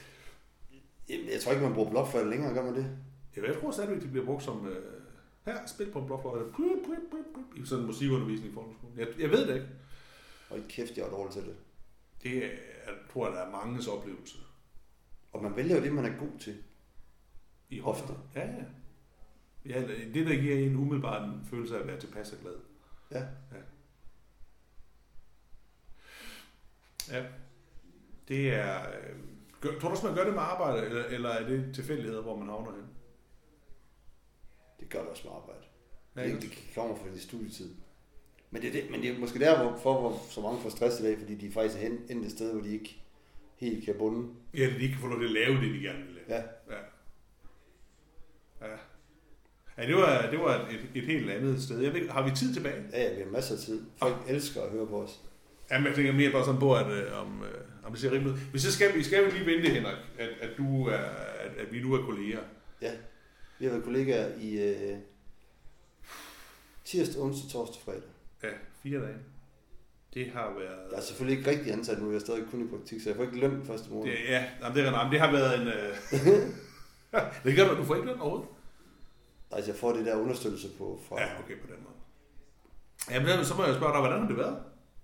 [SPEAKER 2] jeg tror ikke, man bruger blokfløjte længere, gør man det?
[SPEAKER 1] Jeg tror stadigvæk, det bliver brugt som... Øh, her, spil på en blokfløjte. I sådan en musikundervisning i folkeskolen. Jeg, jeg ved det ikke.
[SPEAKER 2] Og ikke kæft, jeg er dårlig til det.
[SPEAKER 1] Det er, jeg tror, der er manges oplevelse.
[SPEAKER 2] Og man vælger jo det, man er god til.
[SPEAKER 1] I ofte. Ja, ja. Ja, det, der giver en umiddelbart en følelse af at være tilpas og glad. Ja. Ja. Ja. Det er... Gør, tror du også, man gør det med arbejde, eller, eller er det tilfældigheder, hvor man havner hen?
[SPEAKER 2] Det gør det også med arbejde.
[SPEAKER 1] Ja,
[SPEAKER 2] det, det kommer fra det studietid. Men det, det, men det er måske derfor, hvor så mange får stress i dag, fordi de faktisk er hen, hen et sted, hvor de ikke helt kan bunde.
[SPEAKER 1] Ja, de ikke kan få lov til at lave det, de gerne vil lave.
[SPEAKER 2] Ja.
[SPEAKER 1] Ja. Ja. Ja, det var, det var et, et helt andet sted. Jeg ved, har vi tid tilbage?
[SPEAKER 2] Ja, ja, vi har masser af tid. Folk ah. elsker at høre på os.
[SPEAKER 1] Ja, men jeg tænker mere bare sådan på, at øh, om, øh, om det ser rimeligt ud. Men så skal vi, skal vi lige vente, Henrik, at, at, du er, at, at vi nu er kolleger.
[SPEAKER 2] Ja, vi har været kollegaer i øh, tirsdag, onsdag, torsdag, fredag.
[SPEAKER 1] Ja, fire dage. Det har været...
[SPEAKER 2] Jeg er selvfølgelig ikke rigtig ansat nu, jeg er stadig kun i praktik, så jeg får ikke løn første måned.
[SPEAKER 1] Det, ja, jamen, det, er, det har været en... Øh... det gør du, du får ikke løn overhovedet?
[SPEAKER 2] Altså, jeg får det der understøttelse på fra...
[SPEAKER 1] Ja, okay, på den måde. Jamen, så må jeg spørge dig, hvordan har det været?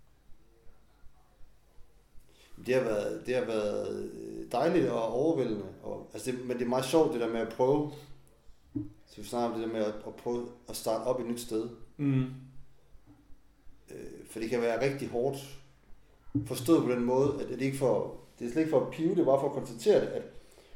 [SPEAKER 2] Det har været, det har været dejligt og overvældende. Og, altså det, men det er meget sjovt, det der med at prøve. Så vi snakker om det der med at, at prøve at starte op et nyt sted.
[SPEAKER 1] Mm.
[SPEAKER 2] Øh, for det kan være rigtig hårdt. Forstået på den måde, at det ikke for, det er slet ikke for at pive, det er bare for at konstatere det, at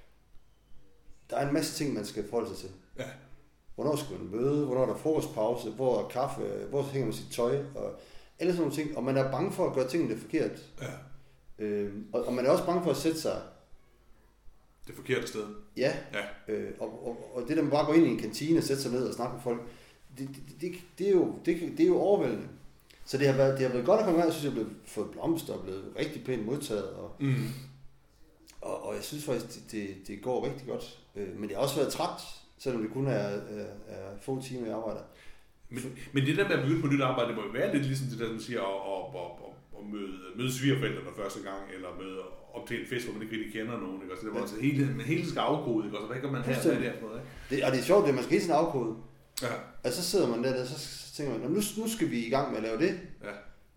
[SPEAKER 2] der er en masse ting, man skal forholde sig til.
[SPEAKER 1] Ja.
[SPEAKER 2] Hvornår skal man møde? Hvornår er der frokostpause? Hvor er kaffe? Hvor hænger man sit tøj? Og alle sådan nogle ting. Og man er bange for at gøre tingene forkert.
[SPEAKER 1] Ja.
[SPEAKER 2] Øh, og, og man er også bange for at sætte sig
[SPEAKER 1] det forkerte sted.
[SPEAKER 2] Ja,
[SPEAKER 1] ja.
[SPEAKER 2] Øh, og, og, og det der med bare at gå ind i en kantine og sætte sig ned og snakke med folk, det, det, det, det, er, jo, det, det er jo overvældende. Så det har været, det har været godt at komme her. Jeg synes, jeg er blevet fået blomster og blevet rigtig pænt modtaget. Og,
[SPEAKER 1] mm.
[SPEAKER 2] og, og jeg synes faktisk, det, det, det går rigtig godt. Øh, men det har også været træt, selvom det kun er, er, er få timer, jeg arbejder.
[SPEAKER 1] Men, men det der med at begynde på nyt arbejde, det må jo være lidt ligesom det der, som siger, at, at, at, at møde, møde svigerforældrene første gang, eller møde op til en fest, hvor man ikke rigtig kender nogen. Ikke? Så det var altså hele, men hele skal afkode, ikke? Og så hvad kan man have af det her for noget?
[SPEAKER 2] Det, og det er sjovt, at man skal hele tiden afkode.
[SPEAKER 1] Ja.
[SPEAKER 2] Og så sidder man der, og så, så tænker man, nu, nu skal vi i gang med at lave det.
[SPEAKER 1] Ja.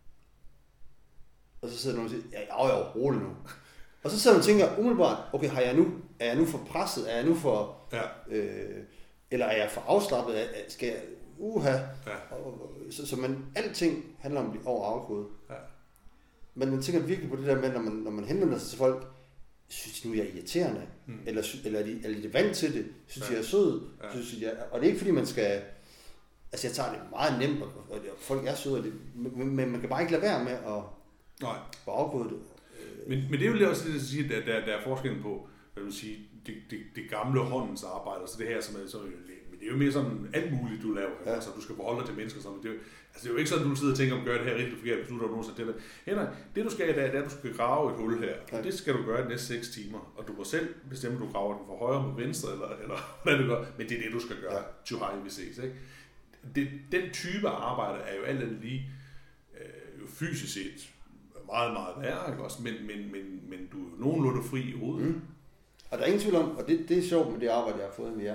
[SPEAKER 2] Og så sidder nogen og siger, ja, jeg er jo rolig nu. Og så sidder man og tænker, umiddelbart, okay, har jeg nu, er jeg nu for presset? Er jeg nu for...
[SPEAKER 1] Ja.
[SPEAKER 2] Øh, eller er jeg for afslappet? Skal jeg... Uha.
[SPEAKER 1] Ja.
[SPEAKER 2] Og, så, så man, alting handler om over afkode.
[SPEAKER 1] Ja.
[SPEAKER 2] Men man tænker virkelig på det der med, når man, når man henvender sig til folk, synes de nu, jeg er irriterende? Mm. Eller, eller er, de, er de vant til det? Synes de, ja. jeg er sød? Ja. Synes de, jeg, og det er ikke fordi, man skal... Altså, jeg tager det meget nemt, og, og folk er søde, det, men, men man kan bare ikke lade være med at,
[SPEAKER 1] Nej.
[SPEAKER 2] at afkode det.
[SPEAKER 1] Men, men det er jo også det, at sige, at der, der er forskellen på, hvad vil sige, det, det, det gamle håndens arbejde, altså det her, som er så... Det er jo mere sådan alt muligt, du laver. Ja. Altså, du skal forholde dig til mennesker. Sådan. Det, er jo, altså, det er jo ikke sådan, at du sidder og tænker om, gør det her rigtigt forkert, beslutter du nogensinde det der. Henrik, det du skal i dag, det er, at du skal grave et hul her. Ja. Og det skal du gøre de næste seks timer. Og du må selv bestemme, om du graver den fra højre mod venstre, eller, eller hvad du gør. Men det er det, du skal gøre. Ja. To high vi ses, ikke? Det, den type af arbejde er jo alt andet lige øh, jo fysisk set meget, meget værre, ikke også? Men, men, men, men du er jo nogenlunde fri i hovedet. Mm.
[SPEAKER 2] Og der er ingen tvivl om, og det, det er sjovt med det arbejde, jeg har fået med jer.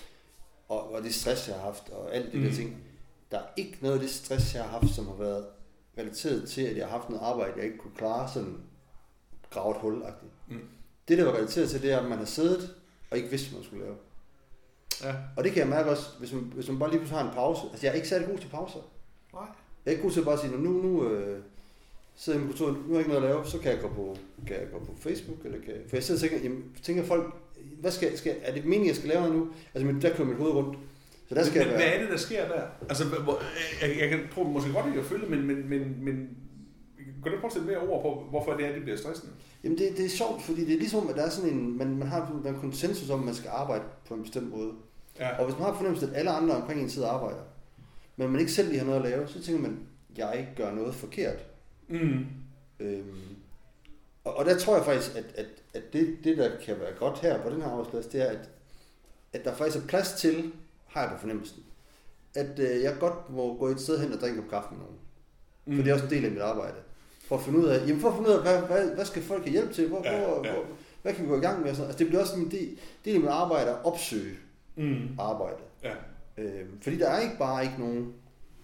[SPEAKER 2] Og, og det stress, jeg har haft, og alt det mm. der ting. Der er ikke noget af det stress, jeg har haft, som har været relateret til, at jeg har haft noget arbejde, jeg ikke kunne klare, sådan gravet hul-agtigt. Mm. Det, der var relateret til, det er, at man har siddet, og ikke vidste, hvad man skulle lave.
[SPEAKER 1] Ja.
[SPEAKER 2] Og det kan jeg mærke også, hvis man, hvis man bare lige pludselig har en pause. Altså, jeg er ikke særlig god til pauser.
[SPEAKER 1] Nej.
[SPEAKER 2] Jeg er ikke god til at bare sige, nu, nu øh, sidder jeg i kontoret, nu har jeg ikke noget at lave, så kan jeg gå på, kan jeg gå på Facebook, eller kan jeg, for jeg sidder og tænker, jamen, tænker folk, hvad skal, skal, er det meningen, jeg skal lave noget nu? Altså, der kører mit hoved rundt. Så der skal
[SPEAKER 1] men,
[SPEAKER 2] jeg være...
[SPEAKER 1] Hvad er det, der sker der? Altså, jeg, jeg kan prøve måske godt ikke at følge, men, men, men, men kan du prøve at sætte mere ord på, hvorfor det er, det bliver stressende?
[SPEAKER 2] Jamen, det, det er sjovt, fordi det er ligesom, at der er sådan en, man, man har en konsensus om, at man skal arbejde på en bestemt måde. Ja. Og hvis man har fornemmelse, at alle andre omkring en tid arbejder, men man ikke selv lige har noget at lave, så tænker man, jeg ikke gør noget forkert.
[SPEAKER 1] Mm.
[SPEAKER 2] Øhm, og, og der tror jeg faktisk, at, at, at det, det, der kan være godt her på den her arbejdsplads, det er, at, at der faktisk er plads til, har jeg på fornemmelsen, at øh, jeg godt må gå et sted hen og drikke en kaffe med nogen. Mm. For det er også en del af mit arbejde. For at finde ud af, jamen for at finde ud af, hvad, hvad, hvad skal folk have hjælp til? Hvor, ja, hvor, ja. Hvor, hvad kan vi gå i gang med? Altså, det bliver også en del, del af mit arbejde at opsøge mm. arbejde. Ja. Øhm, fordi der er ikke bare ikke nogen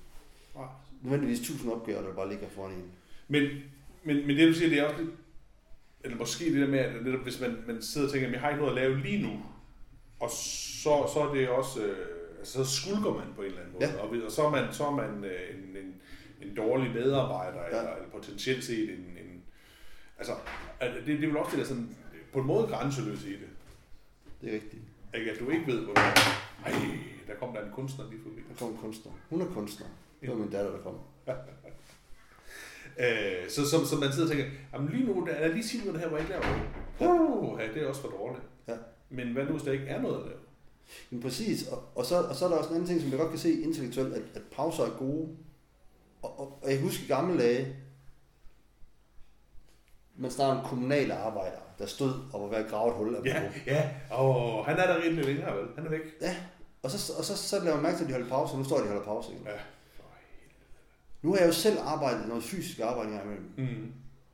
[SPEAKER 2] nødvendigvis tusind opgaver, der bare ligger foran en.
[SPEAKER 1] Men, men, men det du siger, det er også lidt, eller måske det der med, at netop, hvis man, man sidder og tænker, at jeg har ikke noget at lave lige nu, og så, så er det også, øh, så skulker man på en eller anden måde, ja. og, og så er man, så er man øh, en, en, en dårlig medarbejder, ja. eller, eller potentielt set en, en altså, det, det er vel også det der sådan, på en måde grænseløse i det.
[SPEAKER 2] Det er rigtigt.
[SPEAKER 1] Ikke, at du ikke ved, hvor det er. Ej, der kom der en kunstner lige forbi.
[SPEAKER 2] Der kom en kunstner. Hun er kunstner. Det var min datter, der kom.
[SPEAKER 1] øh, så, så, så man sidder og tænker, jamen lige nu, der er lige sige noget det her, hvor jeg ikke laver det. Uh, ja, det er også for dårligt.
[SPEAKER 2] Ja.
[SPEAKER 1] Men hvad nu, hvis der ikke er noget at lave?
[SPEAKER 2] Jamen præcis, og, og, så, og så er der også en anden ting, som jeg godt kan se intellektuelt, at, at pauser er gode. Og, og, og jeg husker i gamle dage, man snakker om kommunale arbejdere, der stod og var ved at grave et hul.
[SPEAKER 1] Ja, ja, og han er der rimelig længere, vel? Han er væk.
[SPEAKER 2] Ja, og så, og så, så laver man mærke til, at de holder pause, og nu står de og holder pause igen.
[SPEAKER 1] Ja.
[SPEAKER 2] Nu har jeg jo selv arbejdet noget fysisk arbejde engang imellem. Mm.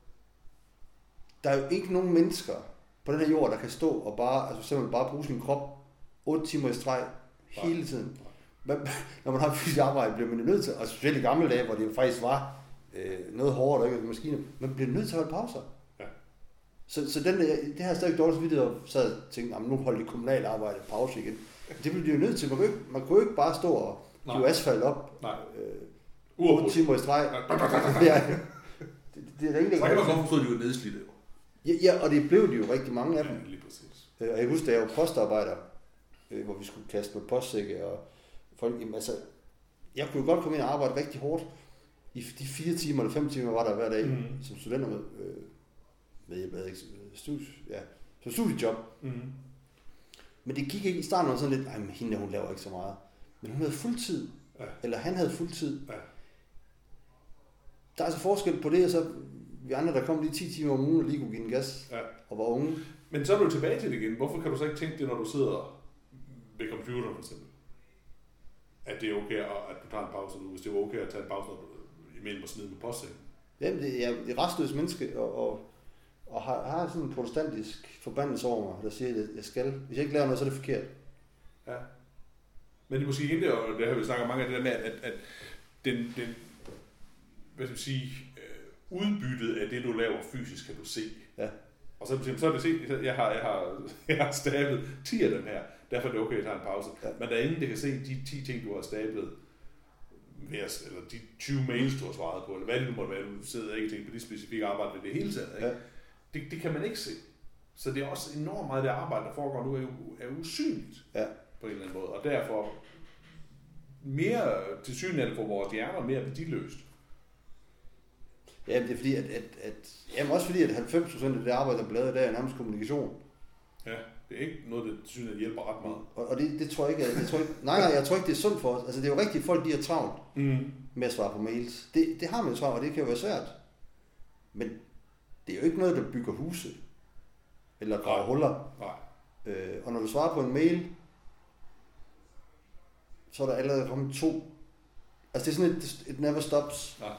[SPEAKER 2] Der er jo ikke nogen mennesker på den her jord, der kan stå og bare, altså simpelthen bare bruge sin krop otte timer i streg hele tiden. Man, når man har fysisk arbejde, bliver man jo nødt til, og specielt i gamle dage, hvor det faktisk var øh, noget hårdere, der ikke maskiner, man bliver nødt til at holde pauser. Ja. Så, så den, det her er stadig dårligt videre, og så havde jeg tænkt, nu holder de kommunale arbejde pause igen. Det bliver de jo nødt til. Man kunne ikke, man kunne ikke bare stå og hive asfalt op. Nej. Øh, otte timer i streg. Ja, det, det er rigtig
[SPEAKER 1] så kan man godt forstå, at de var nedslidte.
[SPEAKER 2] Ja, ja, og det blev de jo rigtig mange af dem.
[SPEAKER 1] Ja, lige præcis.
[SPEAKER 2] Og jeg husker, da jeg var postarbejder, hvor vi skulle kaste med postsække, og folk, jamen, altså, jeg kunne jo godt komme ind og arbejde rigtig hårdt. I de fire timer eller fem timer var der hver dag, mm. som studenter med, øh, med jeg havde ikke studie, ja, som studiejob. Mm. Men det gik ikke i starten, var sådan lidt, ej, men hende, hun laver ikke så meget. Men hun havde fuldtid, ja. Eller han havde fuldtid. Ja. Der er altså forskel på det, og så vi andre, der kom lige ti timer om ugen og lige kunne give en gas, ja. Og var unge.
[SPEAKER 1] Men så er du tilbage til det igen. Hvorfor kan du så ikke tænke det, når du sidder ved computeren for eksempel? At det er okay, at du tager en pause nu, hvis det er okay at tage en pause, når du imellem og smide med postsækken?
[SPEAKER 2] Jamen, det er et restløst menneske, og, og, og har, har sådan en protestantisk forbandelse over mig, der siger, at jeg skal. Hvis jeg ikke laver noget, så er det forkert.
[SPEAKER 1] Ja. Men det er måske ikke det, og det har vi snakket mange af det der med, at, at den, den hvad skal man sige, udbyttet af det, du laver fysisk, kan du se. Ja. Og så, så er det set, jeg har, jeg har, jeg har stablet ti af dem her, derfor er det okay at tage en pause. Ja. Men der er ingen, der kan se de ti ting, du har stablet, eller de tyve mails, du har svaret på, eller hvad det nu måtte være, du sidder ikke tænker på de specifikke arbejde med det hele taget. Ikke? Ja. Det, det kan man ikke se. Så det er også enormt meget, det arbejde, der foregår nu, er, er usynligt ja. På en eller anden måde. Og derfor mere tilsyneladende for vores hjerner, mere værdiløst.
[SPEAKER 2] Ja, det er fordi, at, at, at jamen også fordi, at halvfems procent af det arbejde, der bliver lavet i dag, er nærmest kommunikation.
[SPEAKER 1] Ja, det er ikke noget, der synes, hjælper ret meget.
[SPEAKER 2] Og, og det, det tror jeg ikke, jeg tror ikke, nej, nej, jeg tror ikke, det er sundt for os. Altså, det er jo rigtigt, folk de er travlt mm. med at svare på mails. Det, det har man jo travlt, og det kan jo være svært. Men det er jo ikke noget, der bygger huse. Eller graver huller. Nej. Øh, og når du svarer på en mail, så er der allerede kommet to. Altså, det er sådan et, et never stops. Ja.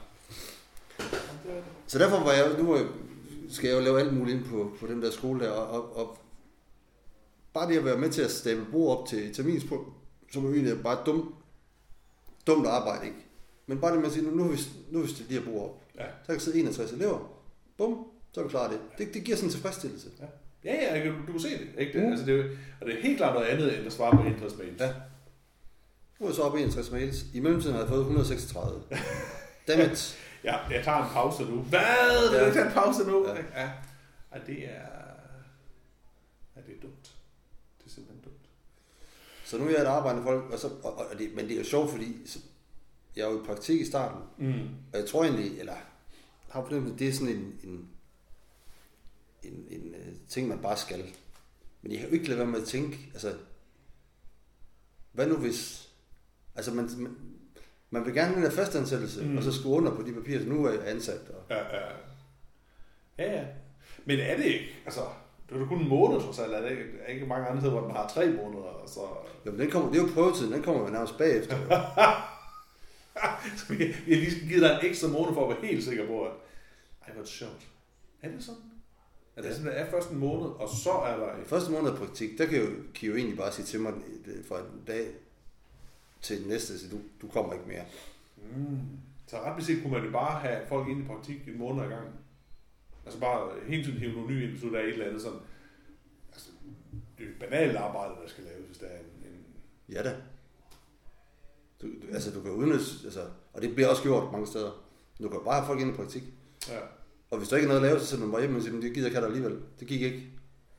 [SPEAKER 2] Så derfor var jeg, nu skal jeg jo lave alt muligt ind på, på den der skole der, og, og, og bare det at være med til at stable bord op til terminspunkt, som er egentlig bare dumt, dumt arbejde, ikke? Men bare det med at sige, nu, nu har vi, nu har vi stillet de her bord op. Ja. Så kan der sidde enogtres elever. Bum, så er vi klar det. det. Det giver sådan en tilfredsstillelse.
[SPEAKER 1] Ja, ja, ja, du, du kan se det, ikke? Det, mm. altså, det er, og det er helt klart noget andet, end at svare på enogtres mails. Ja.
[SPEAKER 2] Nu er jeg så op i enogtres mails. I mellemtiden har jeg fået et hundrede og seksogtredive. Dammit.
[SPEAKER 1] Ja, jeg tager en pause nu. Hvad? Ja. Jeg tager en pause nu? Ja. Ja. Ja, det er... Ja, det er dumt. Det er simpelthen dumt.
[SPEAKER 2] Så nu er jeg et arbejdende folk, og så, og, og det, men det er jo sjovt, fordi så, jeg er jo i praktik i starten, mm. og jeg tror egentlig, eller har på det, det er sådan en, en, en, en ting, man bare skal. Men jeg har jo ikke lade være med at tænke, altså, hvad nu hvis, altså man, man Man vil gerne have en fastansættelse, mm. og så skrive under på de papirer, så nu er jeg ansat. Og...
[SPEAKER 1] Ja, ja. Ja, ja. Men er det ikke, altså, det er jo kun en måned, trods alt, er det ikke, er ikke mange andre steder, hvor man har tre måneder, og så...
[SPEAKER 2] Jo, men den kommer, det er jo prøvetiden, den kommer jo nærmest bagefter.
[SPEAKER 1] Så vi, vi har lige givet dig en ekstra måned for at være helt sikker på, at... Ej, hvor er det sjovt. Er det sådan? Er det ja. Sådan, er først en måned, og så er der...
[SPEAKER 2] I første måned af praktik, der kan jo, kan jo egentlig bare sige til mig fra en dag til den næste, så du, du kommer ikke mere.
[SPEAKER 1] Mm. Så ret beset kunne man jo bare have folk inde i praktik en måned ad gangen. Altså bare hele tiden hive nogle nye ind, hvis der er et eller andet sådan... Altså, det er jo banalt arbejde, der skal laves, hvis der er en... en...
[SPEAKER 2] Ja da. Du, du, altså du kan udnytte, altså, og det bliver også gjort mange steder. Du kan bare have folk inde i praktik. Ja. Og hvis der ikke er noget at lave, så sætter man bare hjemme og siger, det gider jeg ikke have dig alligevel. Det gik ikke.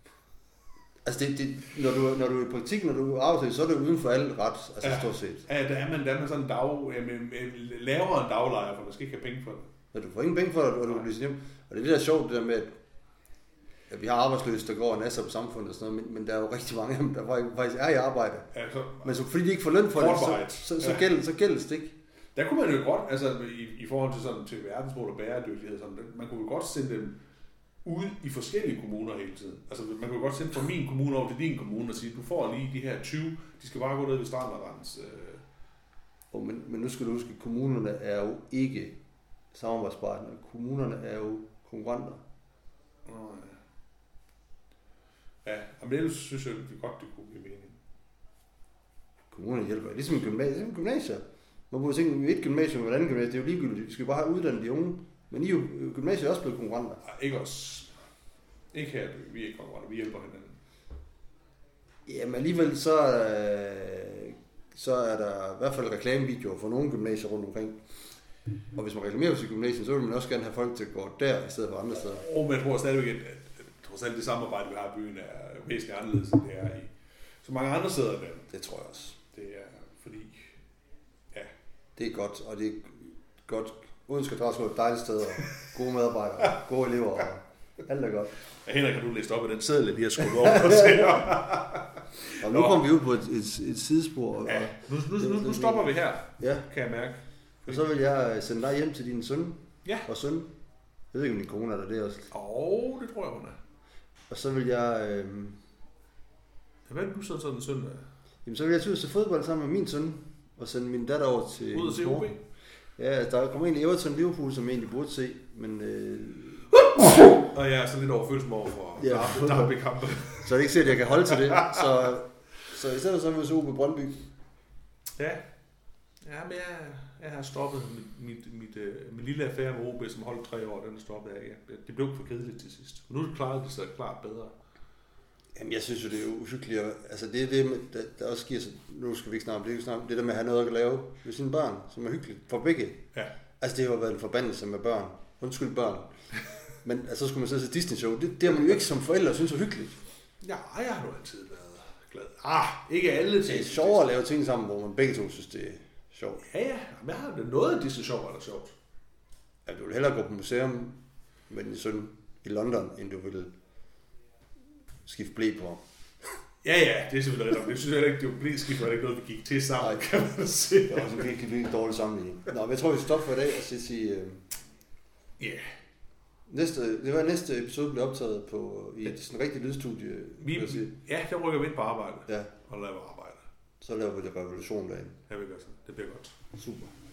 [SPEAKER 2] Altså, det, det, når, du, når du er i praktik, når du er arbejdsløs, så er det uden for alt ret, altså
[SPEAKER 1] ja.
[SPEAKER 2] stort set.
[SPEAKER 1] Ja, der er man, der er man sådan en dag, øh, lavere en daglejer, for man skal ikke have penge for det.
[SPEAKER 2] Ja, du får ingen penge for det, og du bliver hjem. Og det er det der sjovt, det der med, at, at vi har arbejdsløse, der går en masse på samfundet og sådan noget, men, men der er jo rigtig mange af dem, der faktisk er i arbejde. Ja, så, men så, fordi de ikke får løn for det, så, så, så, ja. gælder, så gælder det ikke.
[SPEAKER 1] Der kunne man jo godt, altså i, i forhold til, sådan, til verdensmål og bæredygtighed, sådan, man kunne jo godt sende dem ud i forskellige kommuner hele tiden. Altså man kunne godt sende fra min kommune over til din kommune og sige, du får lige de her tyve, de skal bare gå ned ved stranden og rense. Øh.
[SPEAKER 2] Oh, men, men nu skal du huske, at kommunerne er jo ikke samarbejdspartnere. Kommunerne er jo konkurrenter.
[SPEAKER 1] Oh, ja, ja, men ellers synes jeg, det er godt, det kunne give mening.
[SPEAKER 2] Kommunerne hjælper. Ligesom gymnasier. gymnasier. Man burde tænke, et gymnasium og et andet gymnasium, det er jo ligegyldigt. Vi skal bare have uddannet de unge. Men I er jo gymnasiet er også blevet konkurrenter.
[SPEAKER 1] Nej, ikke os. Ikke her, vi er ikke konkurrenter, vi hjælper hinanden.
[SPEAKER 2] Jamen alligevel så, øh, så er der i hvert fald reklamevideoer for nogle gymnasier rundt omkring. Og hvis man reklamerer for sit gymnasium, så vil man også gerne have folk til at gå der, i stedet for andre steder.
[SPEAKER 1] Og men jeg tror stadigvæk, at trods alt det samarbejde, vi har i byen, er væsentligt anderledes, end det er i så mange andre steder af landet.
[SPEAKER 2] Det tror jeg også.
[SPEAKER 1] Det er fordi, ja.
[SPEAKER 2] Det er godt, og det er godt. Uden skal drages på et dejligt sted, og gode medarbejdere, gode elever, og alt er godt.
[SPEAKER 1] Ja, Henrik, har du læst op af den seddel, de har skudt over og se.
[SPEAKER 2] Og nu kommer vi ud på et, et, et sidespor. Og,
[SPEAKER 1] ja, nu, nu, nu, nu stopper vi her,
[SPEAKER 2] ja.
[SPEAKER 1] Kan jeg mærke.
[SPEAKER 2] Og så vil jeg sende dig hjem til din søn
[SPEAKER 1] ja.
[SPEAKER 2] og søn. Jeg ved ikke, om din kone er der det også.
[SPEAKER 1] Åh, oh, det tror jeg, hun er.
[SPEAKER 2] Og så vil jeg... Øh...
[SPEAKER 1] Hvad er det, du så sådan en søn?
[SPEAKER 2] Jamen, så vil jeg til at se fodbold sammen med min søn, og sende min datter over til...
[SPEAKER 1] Ud at se O B?
[SPEAKER 2] Ja, der kommer egentlig Everton Liverpool, som jeg egentlig burde se, men... Øh...
[SPEAKER 1] Og jeg er så lidt overfølsom over for
[SPEAKER 2] ja,
[SPEAKER 1] derby-kampe.
[SPEAKER 2] Så er det ikke sikkert, at jeg kan holde til det. Så, så i stedet så vil jeg se O B Brøndby.
[SPEAKER 1] Ja. Ja, men jeg, jeg har stoppet mit, mit, mit, uh, min lille affære med O B, som holdt tre år, den stoppede jeg. Ja, det blev for kedeligt til sidst. Nu er det klaret det så klart bedre.
[SPEAKER 2] Jamen, jeg synes jo, det er uhyggeligt. Altså, det er det, der, der også giver sig... Nu skal vi ikke snakke om det, vi snakke om det der med at have noget at lave med sine børn, som er hyggeligt for begge.
[SPEAKER 1] Ja.
[SPEAKER 2] Altså, det har jo været en forbandelse med børn. Undskyld børn. Men altså, så skulle man så se Disney-show. Det, det har man jo ikke som forældre synes er hyggeligt.
[SPEAKER 1] Ja, jeg har nu altid været glad. Ah, ikke alle ting.
[SPEAKER 2] Det er sjovere at lave ting sammen, hvor man begge to synes, det er sjovt.
[SPEAKER 1] Ja, ja. Men jeg har noget af disse sjov, eller sjovt.
[SPEAKER 2] Ja, du vil hellere gå på museum med din søn i London, end du vil skifte blæ på.
[SPEAKER 1] Ja, ja, det er selvfølgelig rigtigt. Det synes jeg ikke, det var blæskift, var det ikke noget, vi gik til sammen, kan man se.
[SPEAKER 2] Det var også en virkelig, virkelig dårlig sammenligning. Nå, men jeg tror, vi stopper for i dag og så sige... Ja. Uh... Yeah. Næste, det var næste episode blev optaget på i et sådan rigtigt lydstudie.
[SPEAKER 1] Vi, ja, der rykker vi ind på arbejde.
[SPEAKER 2] Ja.
[SPEAKER 1] Og laver arbejde.
[SPEAKER 2] Så laver vi det revolution derinde.
[SPEAKER 1] Ja, vi gør så. Det bliver godt.
[SPEAKER 2] Super.